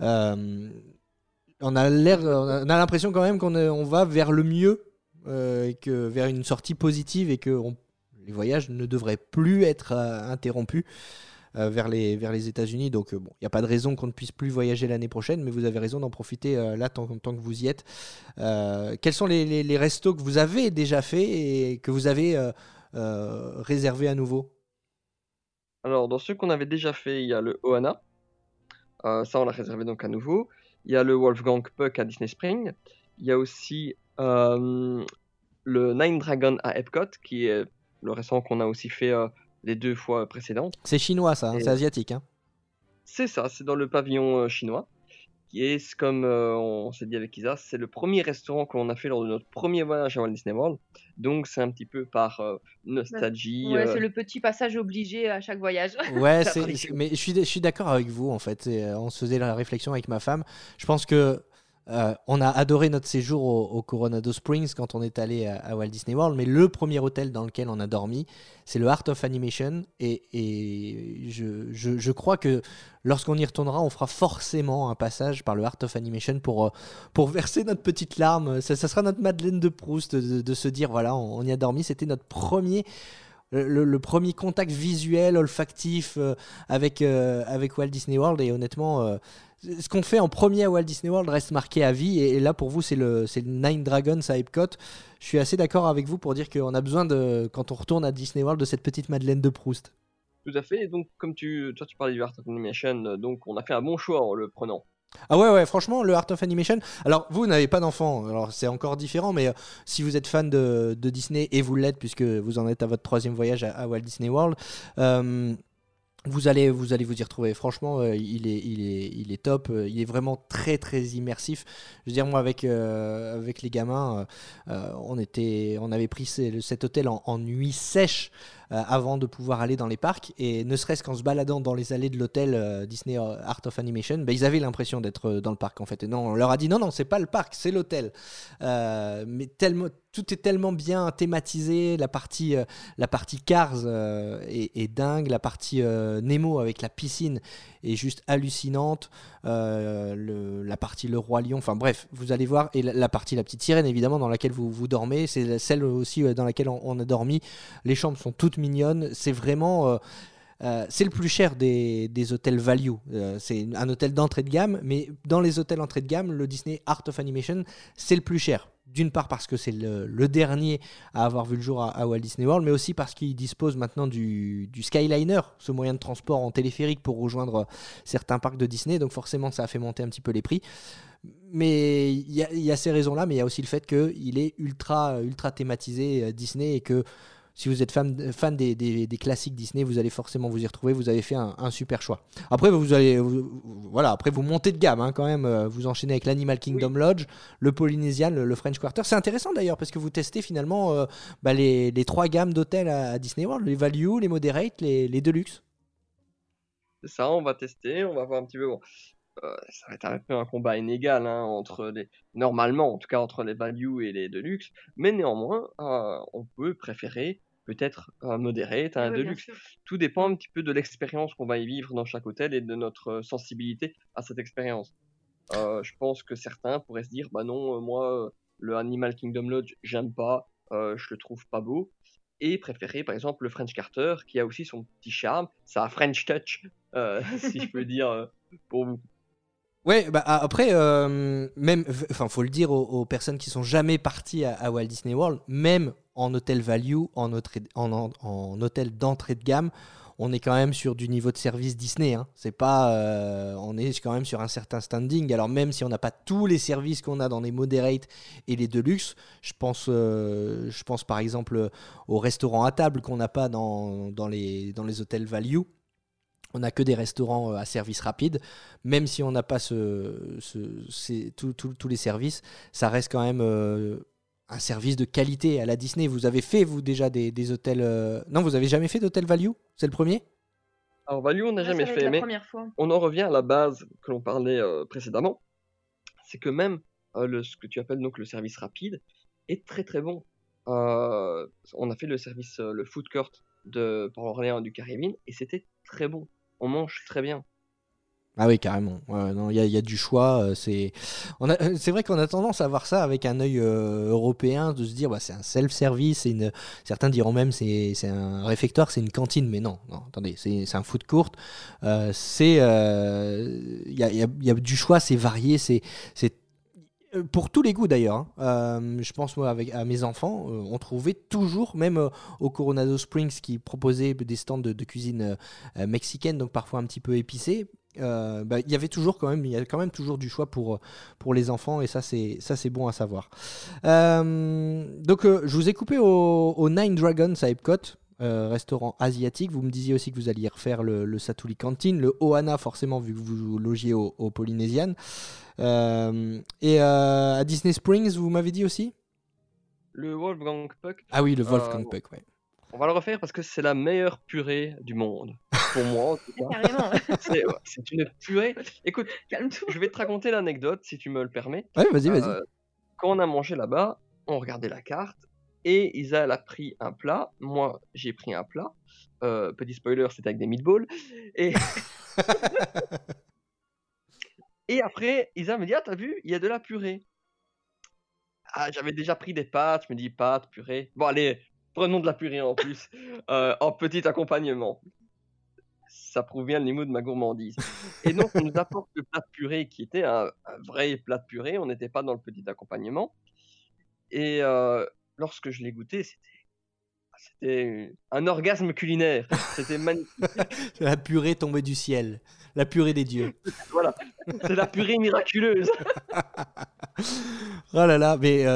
on a l'impression quand même qu'on va vers le mieux, et que vers une sortie positive et que les voyages ne devraient plus être interrompus. Vers les États-Unis, donc il n'y a pas de raison qu'on ne puisse plus voyager l'année prochaine, mais vous avez raison d'en profiter là tant que vous y êtes. Quels sont les restos que vous avez déjà fait et que vous avez réservés à nouveau ? Alors dans ceux qu'on avait déjà fait, il y a le Ohana, ça on l'a réservé donc à nouveau. Il y a le Wolfgang Puck à Disney Springs. Il y a aussi le Nine Dragon à Epcot, qui est le restaurant qu'on a aussi fait les 2 fois précédentes. C'est chinois ça, c'est asiatique. Hein. C'est ça, c'est dans le pavillon chinois. Qui est, comme on s'est dit avec Isa, c'est le premier restaurant qu'on a fait lors de notre premier voyage à Walt Disney World. Donc c'est un petit peu par nostalgie. Ouais, c'est le petit passage obligé à chaque voyage. Ouais, mais je suis d'accord avec vous en fait. On se faisait la réflexion avec ma femme. Je pense que on a adoré notre séjour au Coronado Springs quand on est allé à Walt Disney World, mais le premier hôtel dans lequel on a dormi, c'est le Art of Animation, et je crois que lorsqu'on y retournera, on fera forcément un passage par le Art of Animation pour verser notre petite larme. Ça sera notre Madeleine de Proust de se dire voilà, on y a dormi, c'était notre premier... Le premier contact visuel, olfactif avec Walt Disney World, et honnêtement, ce qu'on fait en premier à Walt Disney World reste marqué à vie, et là pour vous c'est le Nine Dragons à Epcot. Je suis assez d'accord avec vous pour dire qu'on a besoin quand on retourne à Disney World, de cette petite Madeleine de Proust. Tout à fait, et donc comme toi tu parlais du Art of Animation, donc on a fait un bon choix en le prenant. Ah ouais, franchement, le Art of Animation. Alors, vous n'avez pas d'enfant, alors c'est encore différent, mais si vous êtes fan de Disney, et vous l'êtes puisque vous en êtes à votre 3e voyage à Walt Disney World, vous allez vous y retrouver. Franchement, il est top. Il est vraiment très très immersif. Je veux dire, moi avec les gamins, on avait pris cet hôtel en nuit sèche avant de pouvoir aller dans les parcs, et ne serait-ce qu'en se baladant dans les allées de l'hôtel Disney Art of Animation, ils avaient l'impression d'être dans le parc en fait. Et non, on leur a dit non, c'est pas le parc, c'est l'hôtel. Mais tout est tellement bien thématisé. La partie Cars est dingue. La partie Nemo avec la piscine est juste hallucinante. La partie Le Roi Lion, enfin bref, vous allez voir. Et la partie La Petite Sirène, évidemment, dans laquelle vous dormez, c'est celle aussi dans laquelle on a dormi. Les chambres sont toutes mignonnes. C'est vraiment... c'est le plus cher des hôtels value. C'est un hôtel d'entrée de gamme, mais dans les hôtels entrée de gamme, le Disney Art of Animation, c'est le plus cher. D'une part parce que c'est le dernier à avoir vu le jour à Walt Disney World, mais aussi parce qu'il dispose maintenant du Skyliner, ce moyen de transport en téléphérique pour rejoindre certains parcs de Disney. Donc forcément, ça a fait monter un petit peu les prix. Mais il y a ces raisons-là, mais il y a aussi le fait qu'il est ultra thématisé Disney, et que si vous êtes fan des classiques Disney, vous allez forcément vous y retrouver. Vous avez fait un super choix. Après, après vous montez de gamme quand même. Vous enchaînez avec l'Animal Kingdom Lodge, le Polynesian, le French Quarter. C'est intéressant d'ailleurs parce que vous testez finalement les 3 gammes d'hôtels à Disney World, les value, les moderate, les deluxe. C'est ça, on va tester, on va voir un petit peu. Bon, ça va être un peu un combat inégal normalement, en tout cas entre les value et les deluxe. Mais néanmoins, on peut préférer peut-être un moderate, un deluxe. Tout dépend un petit peu de l'expérience qu'on va y vivre dans chaque hôtel et de notre sensibilité à cette expérience. Je pense que certains pourraient se dire, bah non, moi, le Animal Kingdom Lodge, j'aime pas, je le trouve pas beau. Et préférer par exemple le French Quarter, qui a aussi son petit charme, sa French touch, si je peux dire, pour vous. Ouais, après, faut le dire aux personnes qui sont jamais parties à Walt Disney World, même en hôtel value, en hôtel d'entrée de gamme, on est quand même sur du niveau de service Disney. Hein. C'est pas, on est quand même sur un certain standing. Alors même si on n'a pas tous les services qu'on a dans les moderate et les deluxe, je pense par exemple aux restaurants à table qu'on n'a pas dans les hôtels value. On n'a que des restaurants à service rapide. Même si on n'a pas tous les services, ça reste quand même un service de qualité à la Disney. Vous avez fait, vous, déjà des hôtels... Non, vous avez jamais fait d'hôtel value ? C'est le premier ? Alors, Value, on n'a jamais Ça va être fait, la mais première fois. on en revient à la base que l'on parlait précédemment. C'est que même ce que tu appelles donc le service rapide est très très bon. On a fait le service, le food court de Port-Orléans du Caribbean, et c'était très bon. On mange très bien. Ah oui, carrément. Ouais, non, il y a du choix. C'est vrai qu'on a tendance à voir ça avec un œil européen, de se dire c'est un self-service. Certains diront même c'est un réfectoire, c'est une cantine. Mais non, attendez, c'est un food court. Il y a du choix, c'est varié, c'est pour tous les goûts d'ailleurs. Je pense moi à mes enfants, on trouvait toujours, même au Coronado Springs qui proposait des stands de cuisine mexicaine, donc parfois un petit peu épicée. Il y a quand même toujours du choix pour les enfants, et ça c'est bon à savoir. Donc je vous ai coupé au Nine Dragons à Epcot, restaurant asiatique. Vous me disiez aussi que vous alliez refaire le Satuli Canteen, le Ohana forcément vu que vous logiez au Polynesian, et à Disney Springs vous m'avez dit aussi Le Wolfgang Puck. Ah oui, le Wolfgang Puck, ouais. On va le refaire parce que c'est la meilleure purée du monde. Pour moi, en tout cas. Carrément. C'est une purée. Écoute, Calme-toi. je vais te raconter l'anecdote si tu me le permets. Ouais, vas-y. Quand on a mangé là-bas, on regardait la carte et Isa a pris un plat. Moi, j'ai pris un plat. Petit spoiler, c'était avec des meatballs. Et et après, Isa me dit, ah, t'as vu, il y a de la purée. Ah, j'avais déjà pris des pâtes. Je me dis, pâtes, purée. Bon, allez, prenons de la purée en plus, en petit accompagnement. Ça prouve bien le niveau de ma gourmandise. Et donc, on nous apporte le plat de purée qui était un vrai plat de purée. On n'était pas dans le petit accompagnement. Et lorsque je l'ai goûté, c'était un orgasme culinaire. C'était magnifique. La purée tombée du ciel. La purée des dieux. Voilà, c'est la purée miraculeuse. Oh là là, mais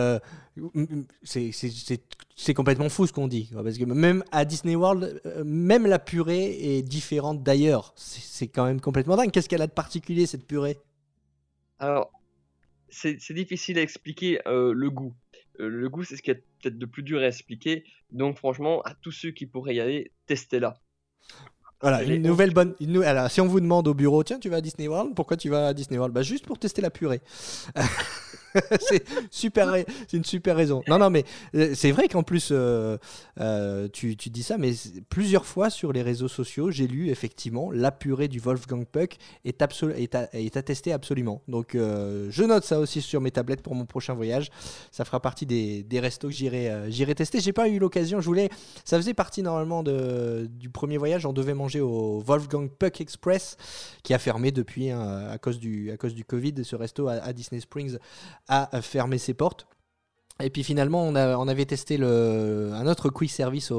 c'est complètement fou ce qu'on dit. Parce que même à Disney World, même la purée est différente d'ailleurs. C'est quand même complètement dingue. Qu'est-ce qu'elle a de particulier, cette purée ? Alors, c'est difficile à expliquer le goût. Le goût, c'est ce qui est peut-être de plus dur à expliquer. Donc franchement, à tous ceux qui pourraient y aller, testez-la. Voilà, une nouvelle bonne. Alors, si on vous demande au bureau, tiens, tu vas à Disney World, pourquoi tu vas à Disney World ? Juste pour tester la purée. C'est une super raison. Non, mais c'est vrai qu'en plus, tu dis ça, mais plusieurs fois sur les réseaux sociaux, j'ai lu effectivement la purée du Wolfgang Puck est à tester absolument. Donc, je note ça aussi sur mes tablettes pour mon prochain voyage. Ça fera partie des restos que j'irai tester. J'ai pas eu l'occasion. Ça faisait partie normalement du premier voyage. On devait manger au Wolfgang Puck Express qui a fermé depuis à cause du Covid. Ce resto à Disney Springs a fermé ses portes. Et puis finalement, on avait testé un autre quick service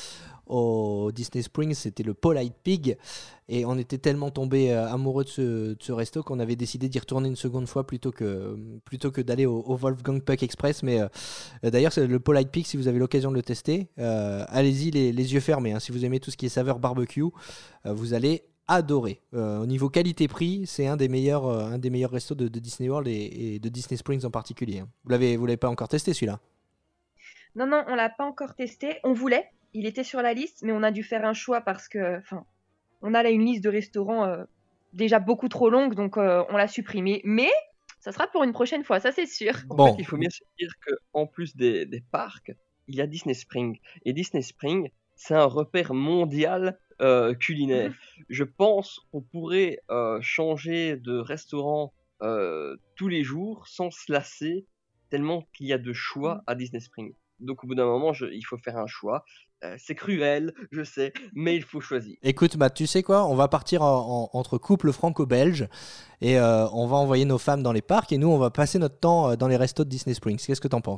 au Disney Springs, c'était le Polite Pig. Et on était tellement tombé amoureux de ce resto qu'on avait décidé d'y retourner une seconde fois plutôt que d'aller au Wolfgang Puck Express. Mais d'ailleurs, le Polite Pig, si vous avez l'occasion de le tester, allez-y les yeux fermés. Hein. Si vous aimez tout ce qui est saveur barbecue, vous allez adorer. Au niveau qualité-prix, c'est un des meilleurs restos de Disney World et de Disney Springs en particulier. Hein. Vous l'avez pas encore testé celui-là ? Non, on l'a pas encore testé. On voulait, il était sur la liste, mais on a dû faire un choix parce que, on a là une liste de restaurants déjà beaucoup trop longue, donc on l'a supprimé. Mais ça sera pour une prochaine fois, ça c'est sûr. En fait, il faut bien se dire qu'en plus des parcs, il y a Disney Springs. Et Disney Springs, c'est un repère mondial culinaire. Je pense qu'on pourrait changer de restaurant tous les jours sans se lasser, tellement qu'il y a de choix à Disney Springs. Donc au bout d'un moment, il faut faire un choix. C'est cruel, je sais, mais il faut choisir. Écoute, tu sais quoi ? On va partir entre couples franco-belges et on va envoyer nos femmes dans les parcs et nous, on va passer notre temps dans les restos de Disney Springs. Qu'est-ce que t'en penses ?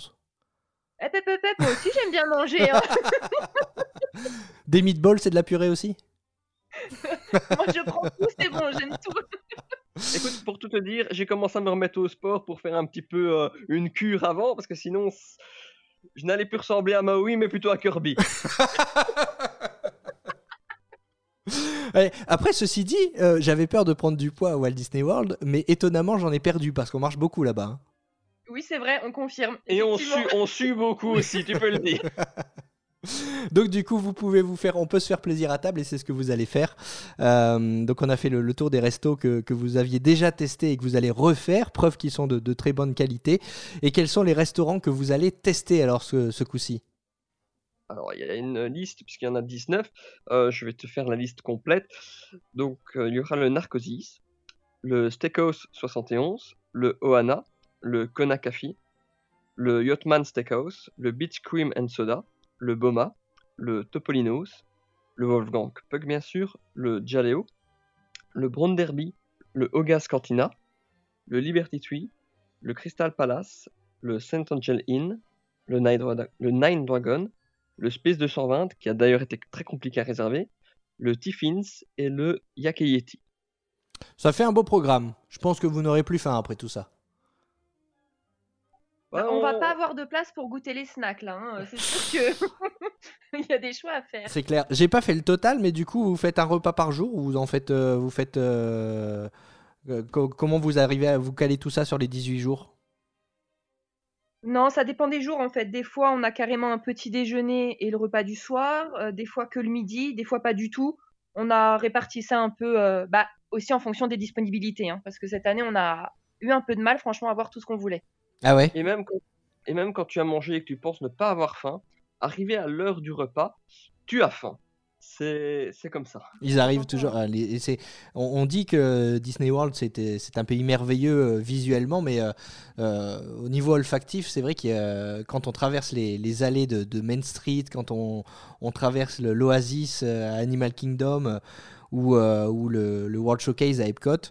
Moi aussi, j'aime bien manger. Hein. Des meatballs, c'est de la purée aussi ? Moi, je prends tout, c'est bon, j'aime tout. Écoute, pour tout te dire, j'ai commencé à me remettre au sport pour faire un petit peu une cure avant, parce que sinon, je n'allais plus ressembler à Maui, mais plutôt à Kirby. Ouais, après, ceci dit, j'avais peur de prendre du poids à Walt Disney World, mais étonnamment, j'en ai perdu parce qu'on marche beaucoup là-bas. Hein. Oui, c'est vrai, on confirme. Et on Effectivement. sue beaucoup aussi, tu peux le dire. Donc du coup, on peut se faire plaisir à table et c'est ce que vous allez faire. Donc on a fait le tour des restos que vous aviez déjà testés et que vous allez refaire, preuve qu'ils sont de très bonne qualité. Et quels sont les restaurants que vous allez tester alors ce coup-ci ? Alors, il y a une liste, puisqu'il y en a 19. Je vais te faire la liste complète. Donc, il y aura le Narcosis, le Steakhouse 71, le Ohana, le Kona Café, le Yachtman Steakhouse, le Beach Cream and Soda, le Boma, le Topolino's, le Wolfgang Puck bien sûr, le Jaleo, le Brown Derby, le Hogas Cantina, le Liberty Tree, le Crystal Palace, le St. Angel Inn, le Nine Dragon, le Space 220 qui a d'ailleurs été très compliqué à réserver, le Tiffins et le Yakeyeti. Ça fait un beau programme. Je pense que vous n'aurez plus faim après tout ça. On va pas avoir de place pour goûter les snacks là. Hein. C'est sûr que il y a des choix à faire. C'est clair. J'ai pas fait le total, mais du coup, vous faites un repas par jour ou vous faites comment vous arrivez à vous caler tout ça sur les 18 jours ? Non, ça dépend des jours en fait. Des fois, on a carrément un petit déjeuner et le repas du soir. Des fois que le midi, des fois pas du tout. On a réparti ça un peu aussi en fonction des disponibilités. Hein, parce que cette année, on a eu un peu de mal franchement à avoir tout ce qu'on voulait. Ah ouais ? Et même quand tu as mangé et que tu penses ne pas avoir faim, arrivé à l'heure du repas, tu as faim. C'est comme ça. Ils arrivent toujours. On dit que Disney World c'est un pays merveilleux visuellement, mais au niveau olfactif, c'est vrai que quand on traverse les allées de Main Street, quand on traverse l'Oasis à Animal Kingdom ou le World Showcase à Epcot,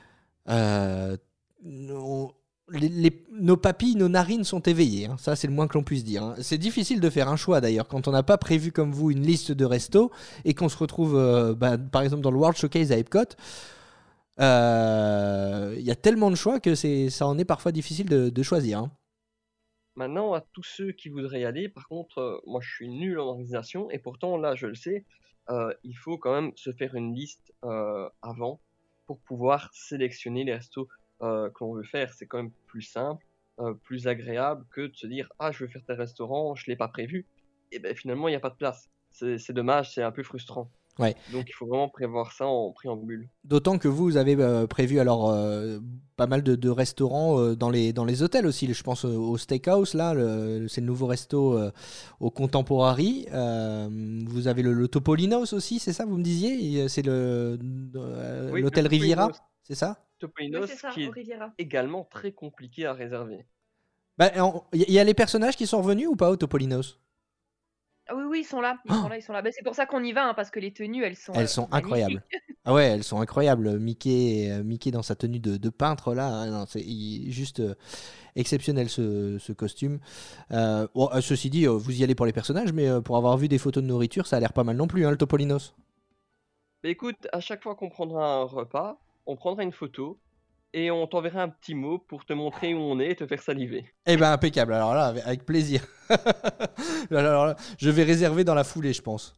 nos papilles, nos narines sont éveillées. Hein. Ça, c'est le moins que l'on puisse dire. Hein. C'est difficile de faire un choix d'ailleurs quand on n'a pas prévu comme vous une liste de restos et qu'on se retrouve, par exemple, dans le World Showcase à Epcot. Il y a tellement de choix que ça en est parfois difficile de choisir. Hein. Maintenant, à tous ceux qui voudraient y aller, par contre, moi je suis nul en organisation et pourtant là, je le sais, il faut quand même se faire une liste avant pour pouvoir sélectionner les restos que l'on veut faire. C'est quand même plus simple, plus agréable que de se dire « Ah, je veux faire tel restaurant, je ne l'ai pas prévu. » Et bien finalement, il n'y a pas de place. C'est dommage, c'est un peu frustrant. Ouais. Donc il faut vraiment prévoir ça en préambule. D'autant que vous avez prévu alors pas mal de restaurants dans les hôtels aussi. Je pense au Steakhouse, là, c'est le nouveau resto au Contemporary. Vous avez le Topolino's aussi, c'est ça, vous me disiez ? C'est l'hôtel Riviera, c'est ça ? Topolino's, c'est ça, qui est Riviera. également très compliqué à réserver. Il y a les personnages qui sont revenus ou pas au Topolino's ? Ah oui, ils sont là. Ils sont là. C'est pour ça qu'on y va, hein, parce que les tenues, elles sont incroyables. Ah ouais, elles sont incroyables. Mickey dans sa tenue de peintre, là, hein, non, c'est juste exceptionnel ce costume. Ceci dit, vous y allez pour les personnages, mais pour avoir vu des photos de nourriture, ça a l'air pas mal non plus, hein, le Topolino's. Mais écoute, à chaque fois qu'on prendra un repas, on prendra une photo et on t'enverra un petit mot pour te montrer où on est et te faire saliver. Eh ben impeccable, alors là, avec plaisir. Alors là, je vais réserver dans la foulée, je pense.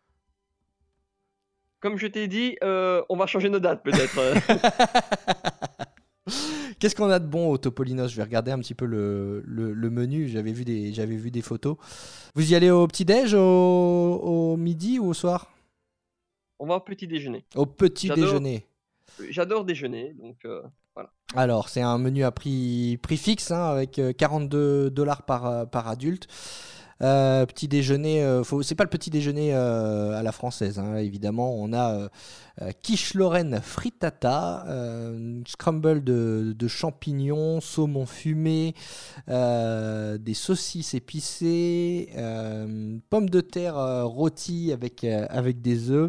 Comme je t'ai dit, on va changer nos dates peut-être. Qu'est-ce qu'on a de bon au Topolino's ? Je vais regarder un petit peu le menu, j'avais vu des photos. Vous y allez au petit-déj, au midi ou au soir ? On va au petit déjeuner. Au petit déjeuner. J'adore déjeuner, donc voilà. Alors, c'est un menu à prix fixe, hein, avec $42 par adulte. Petit déjeuner, c'est pas le petit déjeuner à la française, hein, évidemment. On a quiche Lorraine frittata, scramble de champignons, saumon fumé, des saucisses épicées, pommes de terre rôties avec des œufs.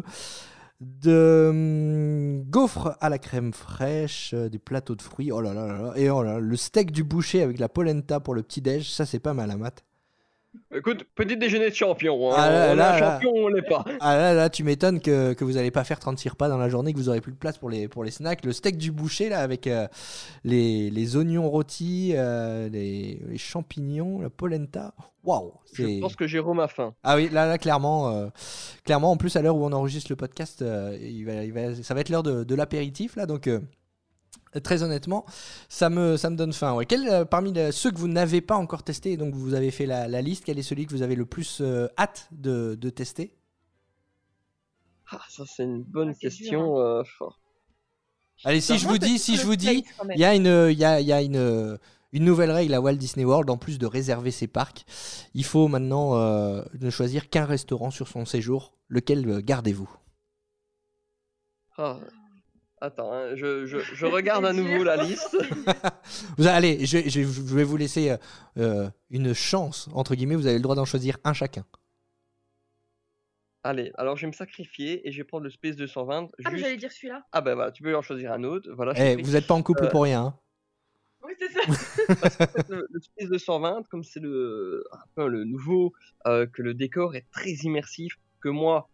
De gaufres à la crème fraîche, des plateaux de fruits, oh là là là, et oh là, le steak du boucher avec la polenta pour le petit-déj, ça c'est pas mal à Matt. Écoute, petit déjeuner de champion. Hein. Ah là, On est là, un là. champion, on l'est pas. Ah là, tu m'étonnes que vous n'allez pas faire 36 repas dans la journée, que vous aurez plus de place pour les snacks. Le steak du boucher, là, avec les oignons rôtis, les champignons, la polenta. Waouh! Je pense que Jérôme a faim. Ah oui, là clairement, en plus, à l'heure où on enregistre le podcast, ça va être l'heure de l'apéritif, là, donc... Très honnêtement, ça me donne faim. Ouais. Parmi ceux que vous n'avez pas encore testés, donc vous avez fait la liste, quel est celui que vous avez le plus hâte de tester? Ah, ça c'est une bonne c'est question. dur, Allez, si je vous dis, il il y a une nouvelle règle à Walt Disney World, en plus de réserver ses parcs. Il faut maintenant ne choisir qu'un restaurant sur son séjour. Lequel gardez-vous? Ah. Attends, hein, je regarde à nouveau la liste. Allez, je vais vous laisser une chance, entre guillemets, vous avez le droit d'en choisir un chacun. Allez, alors je vais me sacrifier et je vais prendre le Space 220. Ah, mais j'allais dire celui-là. Ah bah voilà, tu peux en choisir un autre. Voilà, je t'ai pris. Vous n'êtes pas en couple pour rien. Hein. Oui, c'est ça. Parce qu'en fait, le Space 220, comme c'est un peu le nouveau, que le décor est très immersif, que moi,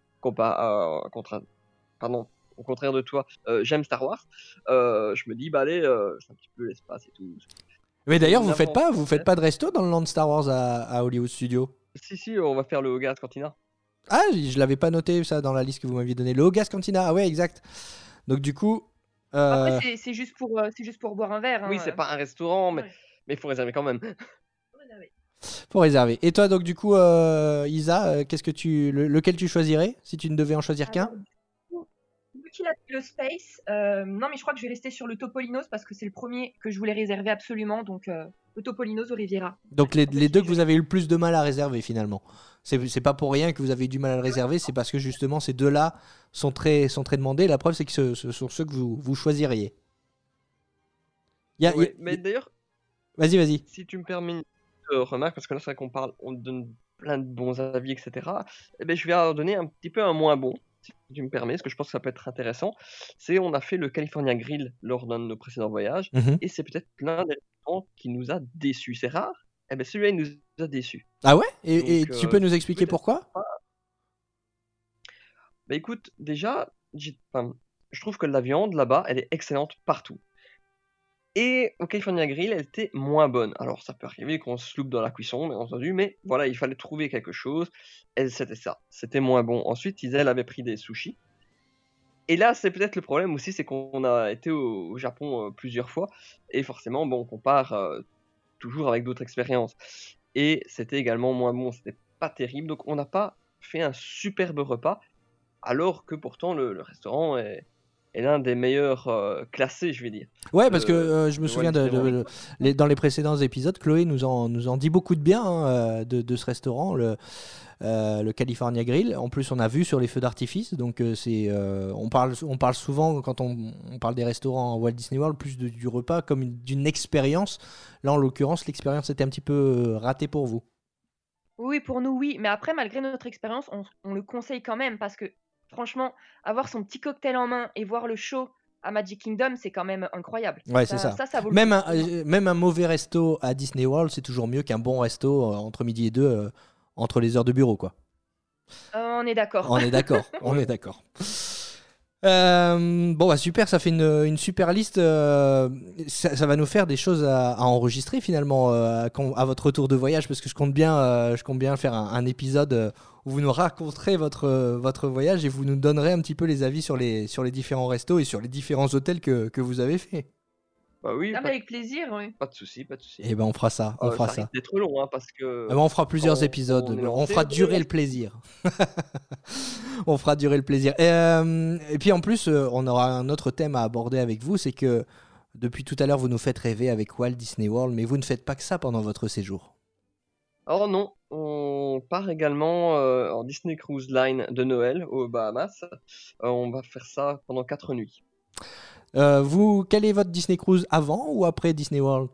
au contraire de toi, j'aime Star Wars, je me dis, bah allez, c'est un petit peu l'espace et tout. Mais d'ailleurs, vous faites pas de resto dans le land Star Wars à Hollywood Studios? Si, on va faire le Hogarth Cantina. Ah, je l'avais pas noté ça dans la liste que vous m'aviez donnée. Le Hogarth Cantina, ah ouais, exact. Donc du coup... Après, c'est juste pour boire un verre. Hein. Oui, c'est pas un restaurant, mais il faut réserver quand même. Faut réserver. Et toi, donc du coup, Isa, lequel tu choisirais si tu ne devais en choisir qu'un? Vu qu'il a fait le Space, non, mais je crois que je vais rester sur le Topolinos parce que c'est le premier que je voulais réserver absolument. Donc, le Topolinos au Riviera. Donc les deux que vous avez eu le plus de mal à réserver finalement. C'est pas pour rien que vous avez eu du mal à le réserver, c'est parce que justement ces deux-là sont très demandés. La preuve, c'est que ce sont ceux que vous choisiriez. Mais d'ailleurs, vas-y. si tu me permets une remarque, parce que là c'est vrai on donne plein de bons avis, etc. Eh ben, je vais en donner un petit peu un moins bon, si tu me permets, parce que je pense que ça peut être intéressant. On a fait le California Grill lors d'un de nos précédents voyages, et c'est peut-être l'un des restaurants qui nous a déçus. C'est rare, eh ben celui-là il nous a déçus. Ah ouais? Et tu peux nous expliquer pourquoi? Bah écoute, déjà, je trouve que la viande là-bas, elle est excellente partout. Et au California Grill, elle était moins bonne. Alors ça peut arriver qu'on se loupe dans la cuisson, bien entendu, mais voilà, il fallait trouver quelque chose. C'était ça, c'était moins bon. Ensuite, elle avait pris des sushis. Et là, c'est peut-être le problème aussi, c'est qu'on a été au Japon plusieurs fois, et forcément, on compare toujours avec d'autres expériences. Et c'était également moins bon, c'était pas terrible, donc on n'a pas fait un superbe repas, alors que pourtant le restaurant est l'un des meilleurs classés, je vais dire. Ouais, parce que je me souviens dans les précédents épisodes, Chloé nous en dit beaucoup de bien de ce restaurant, le California Grill. En plus, on a vu sur les feux d'artifice, donc on parle souvent quand on parle des restaurants Walt Disney World plus du repas comme d'une expérience. Là, en l'occurrence, l'expérience était un petit peu ratée pour vous. Oui, pour nous, oui. Mais après, malgré notre expérience, on le conseille quand même parce que franchement, avoir son petit cocktail en main et voir le show à Magic Kingdom, c'est quand même incroyable. Ouais, c'est ça. Ça vaut le coup. Même un mauvais resto à Disney World, c'est toujours mieux qu'un bon resto entre midi et deux, entre les heures de bureau, quoi. On est d'accord. On est d'accord. Super, ça fait une super liste. Ça va nous faire des choses à enregistrer finalement à votre retour de voyage, parce que je compte bien faire un épisode où vous nous raconterez votre voyage et vous nous donnerez un petit peu les avis sur les différents restos et sur les différents hôtels que vous avez fait. Bah oui, avec plaisir, oui. Pas de souci. Et ben on fera ça. Ça risque d'être long, hein, parce que. On fera plusieurs épisodes. On fera durer le plaisir. On fera durer le plaisir. Et puis en plus, on aura un autre thème à aborder avec vous, c'est que depuis tout à l'heure, vous nous faites rêver avec Walt Disney World, mais vous ne faites pas que ça pendant votre séjour. Alors non, on part également en Disney Cruise Line de Noël aux Bahamas. On va faire ça pendant 4 nuits. Quel est votre Disney Cruise avant ou après Disney World?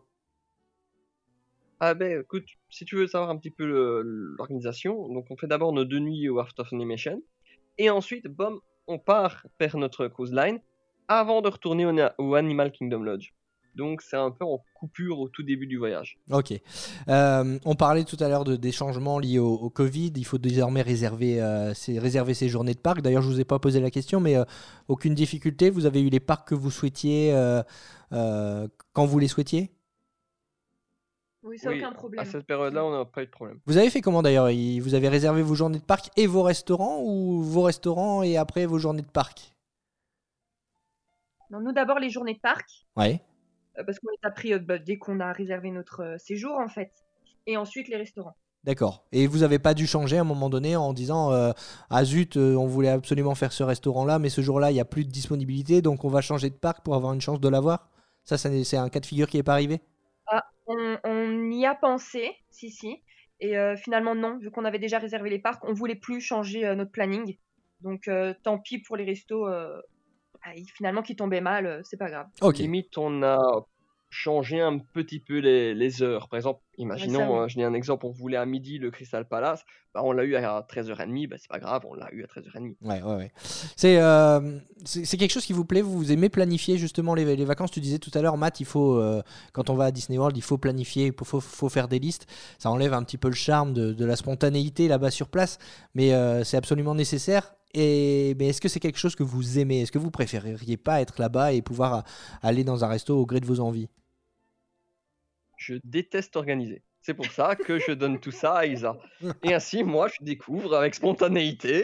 Ah ben écoute, si tu veux savoir un petit peu l'organisation, donc on fait d'abord nos 2 nuits au Art of Animation, et ensuite, on part vers notre cruise line avant de retourner au Animal Kingdom Lodge. donc c'est un peu en coupure au tout début du voyage. Ok. On parlait tout à l'heure des changements liés au Covid. Il faut désormais réserver ces journées de parc. D'ailleurs, je ne vous ai pas posé la question, mais aucune difficulté. Vous avez eu les parcs que vous souhaitiez quand vous les souhaitiez ? Oui, c'est aucun problème. À cette période-là, on n'a pas eu de problème. Vous avez fait comment d'ailleurs ? Vous avez réservé vos journées de parc et vos restaurants, ou vos restaurants et après vos journées de parc ? Non, nous d'abord les journées de parc. Ouais. Parce qu'on les a pris dès qu'on a réservé notre séjour en fait. Et ensuite les restaurants. D'accord. Et vous n'avez pas dû changer à un moment donné en disant ah zut, on voulait absolument faire ce restaurant-là, mais ce jour-là, il n'y a plus de disponibilité, donc on va changer de parc pour avoir une chance de l'avoir ? Ça, c'est un cas de figure qui n'est pas arrivé ? On y a pensé, si. Et finalement, non. Vu qu'on avait déjà réservé les parcs, on ne voulait plus changer notre planning. Donc tant pis pour les restos. Finalement, qui tombaient mal, c'est pas grave. Ok. Limite, on a changé un petit peu les heures. Par exemple, imaginons, je n'ai un exemple, on voulait à midi le Crystal Palace, on l'a eu à 13h30, c'est pas grave, on l'a eu à 13h30. Ouais. C'est quelque chose qui vous plaît ? Vous aimez planifier justement les vacances ? Tu disais tout à l'heure, Matt, il faut, quand on va à Disney World, il faut planifier, il faut faire des listes. Ça enlève un petit peu le charme de la spontanéité là-bas sur place, mais c'est absolument nécessaire. Mais est-ce que c'est quelque chose que vous aimez ? Est-ce que vous préféreriez pas être là-bas et pouvoir aller dans un resto au gré de vos envies ? Je déteste organiser. C'est pour ça que je donne tout ça à Isa. Et ainsi, moi, je découvre avec spontanéité.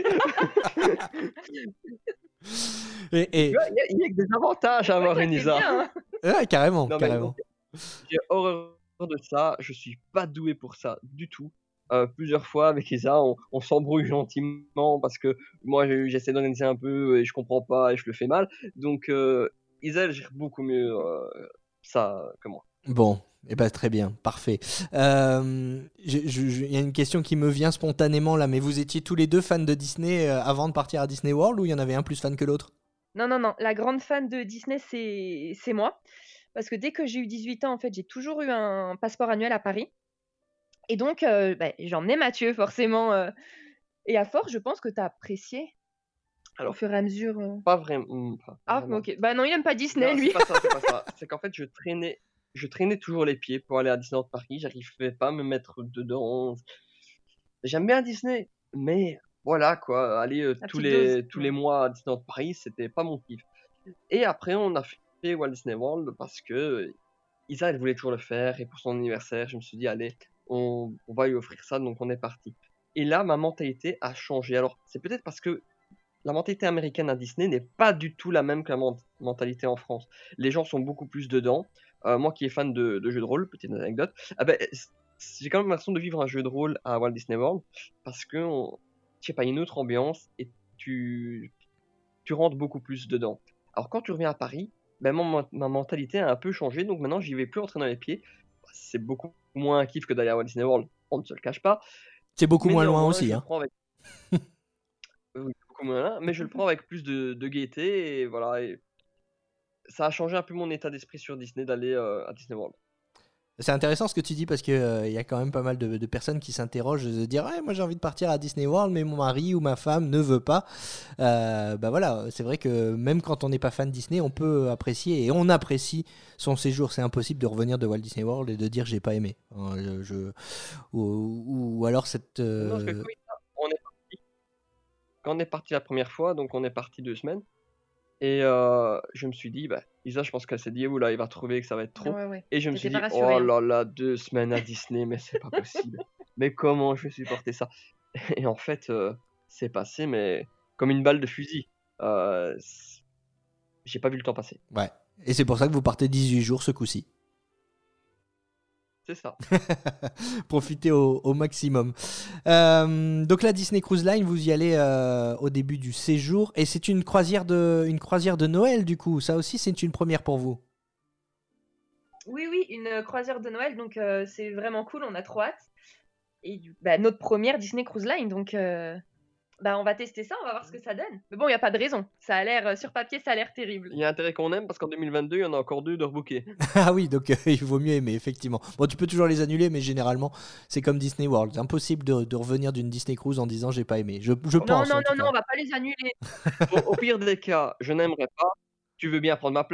Il y a que des avantages à avoir une Isa. Bien, hein. Ouais, carrément. J'ai horreur de ça. Je suis pas doué pour ça du tout. Plusieurs fois avec Isa, on s'embrouille gentiment parce que moi j'essaie d'organiser un peu et je comprends pas et je le fais mal. Donc Isa elle gère beaucoup mieux ça que moi. Bon, très bien, parfait. Il y a une question qui me vient spontanément là, mais vous étiez tous les deux fans de Disney avant de partir à Disney World, ou il y en avait un plus fan que l'autre ? Non, la grande fan de Disney c'est moi, parce que dès que j'ai eu 18 ans en fait j'ai toujours eu un passeport annuel à Paris. Et donc, j'ai emmené Mathieu, forcément. Et à force, je pense que tu as apprécié. Alors, au fur et à mesure. Pas vraiment. Vraiment. Ok. Non, il aime pas Disney, non, lui. C'est pas ça. C'est qu'en fait, je traînais toujours les pieds pour aller à Disneyland Paris. J'arrivais pas à me mettre dedans. J'aime bien Disney, mais voilà, quoi. Aller tous les mois à Disneyland Paris, c'était pas mon kiff. Et après, on a fait Walt Disney World parce que Isa, elle voulait toujours le faire. Et pour son anniversaire, je me suis dit, allez, on va lui offrir ça, donc on est parti. Et là, ma mentalité a changé. Alors, c'est peut-être parce que la mentalité américaine à Disney n'est pas du tout la même que la mentalité en France. Les gens sont beaucoup plus dedans. Moi qui est fan de jeux de rôle, petite anecdote, j'ai quand même l'impression de vivre un jeu de rôle à Walt Disney World parce que, je sais pas, une autre ambiance et tu rentres beaucoup plus dedans. Alors, quand tu reviens à Paris, ma mentalité a un peu changé, donc maintenant, j'y vais plus en traînant les pieds. C'est beaucoup moins un kiff que d'aller à Walt Disney World, on ne se le cache pas. C'est beaucoup moins loin aussi. Oui, beaucoup moins loin, mais je le prends avec plus de gaieté et voilà. Et ça a changé un peu mon état d'esprit sur Disney d'aller à Disney World. C'est intéressant ce que tu dis parce qu'il y a quand même pas mal de personnes qui s'interrogent de dire moi j'ai envie de partir à Disney World mais mon mari ou ma femme ne veut pas. Voilà, c'est vrai que même quand on n'est pas fan de Disney, on peut apprécier et on apprécie son séjour. C'est impossible de revenir de Walt Disney World et de dire j'ai pas aimé. Ou alors cette. Non, parce que quand on est parti la première fois, donc on est parti 2 semaines. Et je me suis dit, Isa, je pense qu'elle s'est dit, oula, il va trouver que ça va être trop. Ouais. Et je me suis dit, oh là là, 2 semaines à Disney, mais c'est pas possible. Mais comment je vais supporter ça ? Et en fait, c'est passé, mais comme une balle de fusil. J'ai pas vu le temps passer. Ouais. Et c'est pour ça que vous partez 18 jours ce coup-ci. C'est ça. Profitez au maximum. Donc la Disney Cruise Line, vous y allez au début du séjour. Et c'est une croisière de Noël, du coup. Ça aussi, c'est une première pour vous. Oui, une croisière de Noël. Donc, c'est vraiment cool. On a trop hâte. Et notre première Disney Cruise Line. Donc, on va tester ça. On va voir ce que ça donne. Mais bon, il n'y a pas de raison. Ça a l'air, sur papier, ça a l'air terrible. Il y a intérêt qu'on aime parce qu'en 2022, il y en a encore 2 de rebookés. Ah oui, donc il vaut mieux aimer, effectivement. Bon, tu peux toujours les annuler, mais généralement, c'est comme Disney World. C'est impossible de revenir d'une Disney Cruise en disant j'ai pas aimé. Je pense. Non, on va pas les annuler. Au pire des cas, je n'aimerais pas. Tu veux bien prendre ma place.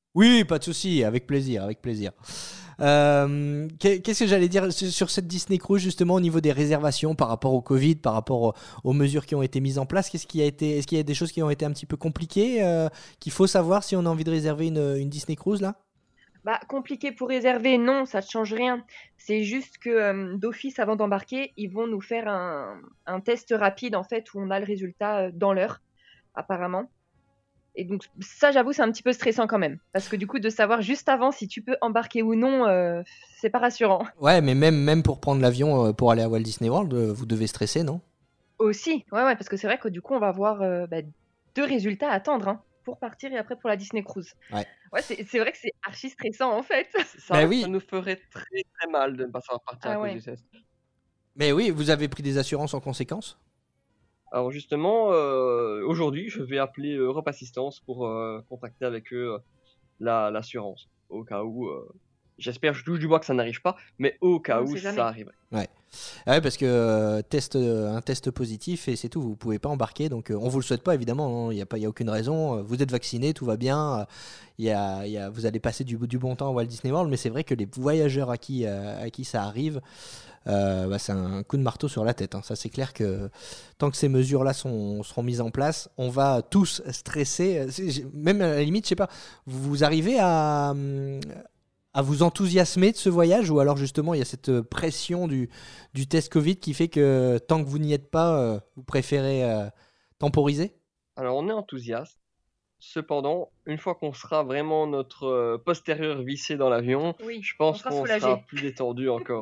Oui, pas de souci, avec plaisir, avec plaisir. Qu'est-ce que j'allais dire sur cette Disney Cruise, justement, au niveau des réservations par rapport au Covid, par rapport aux mesures qui ont été mises en place? Est-ce qu'il y a des choses qui ont été un petit peu compliquées, qu'il faut savoir si on a envie de réserver une Disney Cruise, là? Bah, compliqué pour réserver, non, ça ne change rien. C'est juste que d'office, avant d'embarquer, ils vont nous faire un test rapide, en fait, où on a le résultat dans l'heure, apparemment. Et donc, ça, j'avoue, c'est un petit peu stressant quand même. Parce que du coup, de savoir juste avant si tu peux embarquer ou non, c'est pas rassurant. Ouais, mais même pour prendre l'avion pour aller à Walt Disney World, vous devez stresser, non? Aussi, ouais, parce que c'est vrai que du coup, on va avoir 2 résultats à attendre, hein, pour partir et après pour la Disney Cruise. Ouais. Ouais, c'est vrai que c'est archi stressant, en fait. Bah oui. Ça nous ferait très très mal de ne pas savoir partir à cause du test. Mais oui, vous avez pris des assurances en conséquence? Alors justement, aujourd'hui, je vais appeler Europe Assistance pour contacter avec eux l'assurance, au cas où. J'espère, je touche du bois que ça n'arrive pas, mais au cas où ça arriverait. Ouais. Ouais, parce que un test positif et c'est tout, vous pouvez pas embarquer, donc on vous le souhaite pas évidemment, il y a aucune raison, vous êtes vacciné, tout va bien, vous allez passer du bon temps à Walt Disney World, mais c'est vrai que les voyageurs à qui ça arrive, c'est un coup de marteau sur la tête, hein. Ça c'est clair que tant que ces mesures-là seront mises en place, on va tous stresser, même à la limite, je sais pas, vous arrivez à vous enthousiasmer de ce voyage, ou alors justement il y a cette pression du test Covid qui fait que tant que vous n'y êtes pas, vous préférez temporiser? Alors on est enthousiaste, cependant, une fois qu'on sera vraiment notre postérieur vissé dans l'avion, je pense qu'on sera plus détendu encore.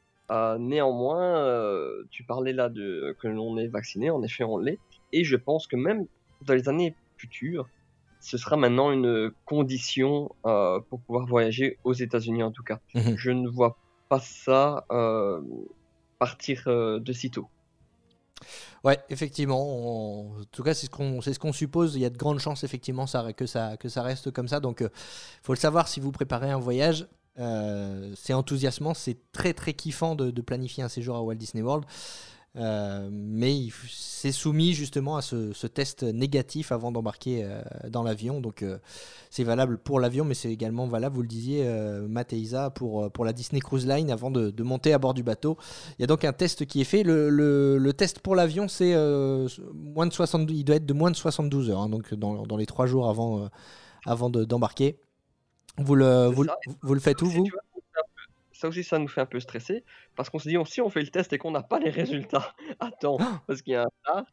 Néanmoins, tu parlais là que l'on est vacciné, en effet on l'est, et je pense que même dans les années futures, ce sera maintenant une condition pour pouvoir voyager aux États-Unis en tout cas. Mmh. Je ne vois pas ça partir de sitôt. Ouais, effectivement. En tout cas, c'est ce qu'on suppose. Il y a de grandes chances effectivement que ça reste comme ça. Donc, faut le savoir si vous préparez un voyage. C'est enthousiasmant, c'est très très kiffant de planifier un séjour à Walt Disney World. Mais c'est soumis justement à ce test négatif avant d'embarquer dans l'avion, donc c'est valable pour l'avion, mais c'est également valable, vous le disiez, Matt et Isa, pour la Disney Cruise Line avant de monter à bord du bateau. Il y a donc un test qui est fait. Le test pour l'avion, c'est moins de 72, il doit être de moins de 72 heures, hein, donc dans les 3 jours avant d'embarquer. Vous le faites où, vous? Ça aussi, ça nous fait un peu stresser, parce qu'on se dit, si on fait le test et qu'on n'a pas les résultats, attends, parce qu'il y a un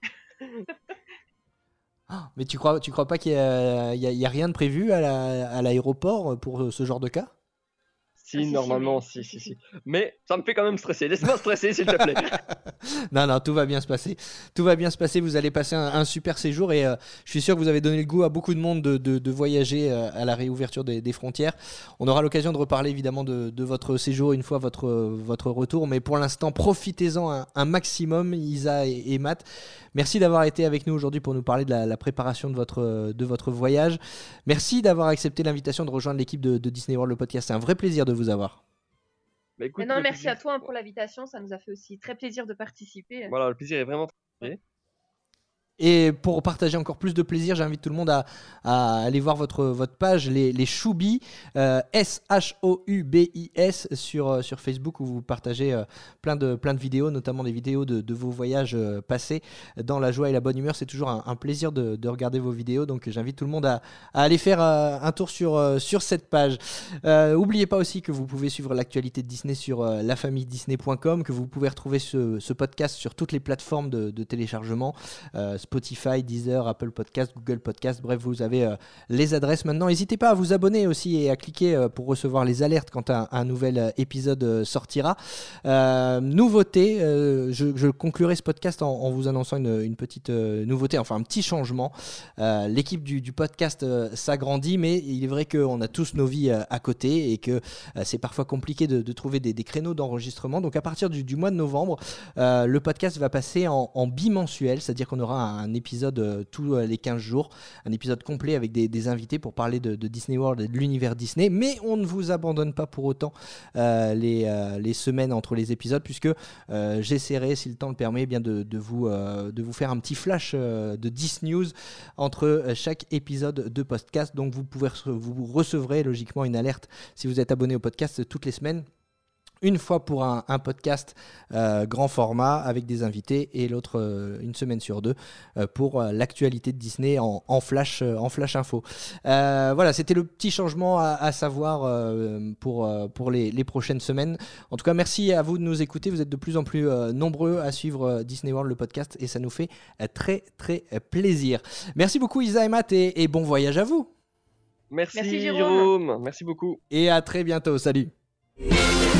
Mais tu crois pas qu'il y a rien de prévu à l'aéroport pour ce genre de cas? Si, normalement, si. Mais ça me fait quand même stresser. Laisse-moi stresser, s'il te plaît. Non, tout va bien se passer. Tout va bien se passer. Vous allez passer un super séjour et je suis sûr que vous avez donné le goût à beaucoup de monde de voyager à la réouverture des frontières. On aura l'occasion de reparler évidemment de votre séjour une fois votre retour. Mais pour l'instant, profitez-en un maximum, Isa et Matt. Merci d'avoir été avec nous aujourd'hui pour nous parler de la préparation de votre voyage. Merci d'avoir accepté l'invitation de rejoindre l'équipe de Disney World, le podcast. C'est un vrai plaisir de vous avoir. Bah, écoute, merci à toi pour l'invitation, ça nous a fait aussi très plaisir de participer. Voilà, le plaisir est vraiment très. Et pour partager encore plus de plaisir, j'invite tout le monde à aller voir votre page, les Choubis, SHOUBIS sur Facebook, où vous partagez plein de vidéos, notamment des vidéos de vos voyages passés dans la joie et la bonne humeur. C'est toujours un plaisir de regarder vos vidéos, donc j'invite tout le monde à aller faire un tour sur cette page. N'oubliez pas aussi que vous pouvez suivre l'actualité de Disney sur lafamilledisney.com, que vous pouvez retrouver ce podcast sur toutes les plateformes de téléchargement, Spotify, Deezer, Apple Podcast, Google Podcast, bref, vous avez les adresses maintenant. N'hésitez pas à vous abonner aussi et à cliquer pour recevoir les alertes quand un nouvel épisode sortira. Nouveauté, je conclurai ce podcast en vous annonçant une petite nouveauté, enfin un petit changement. L'équipe du podcast s'agrandit, mais il est vrai qu'on a tous nos vies à côté et que c'est parfois compliqué de trouver des créneaux d'enregistrement. Donc à partir du mois de novembre, le podcast va passer en bimensuel, c'est-à-dire qu'on aura un épisode tous les 15 jours, un épisode complet avec des invités pour parler de Disney World et de l'univers Disney. Mais on ne vous abandonne pas pour autant les semaines entre les épisodes, puisque j'essaierai, si le temps le permet, bien de vous faire un petit flash de Disney News entre chaque épisode de podcast. Donc vous recevrez logiquement une alerte si vous êtes abonné au podcast toutes les semaines. Une fois pour un podcast grand format avec des invités et l'autre une semaine sur deux pour l'actualité de Disney en flash info. Voilà, c'était le petit changement à savoir pour les prochaines semaines. En tout cas, merci à vous de nous écouter. Vous êtes de plus en plus nombreux à suivre Disney World, le podcast, et ça nous fait très très plaisir. Merci beaucoup Isa et Matt, et bon voyage à vous. Merci Jérôme. Merci beaucoup. Et à très bientôt. Salut.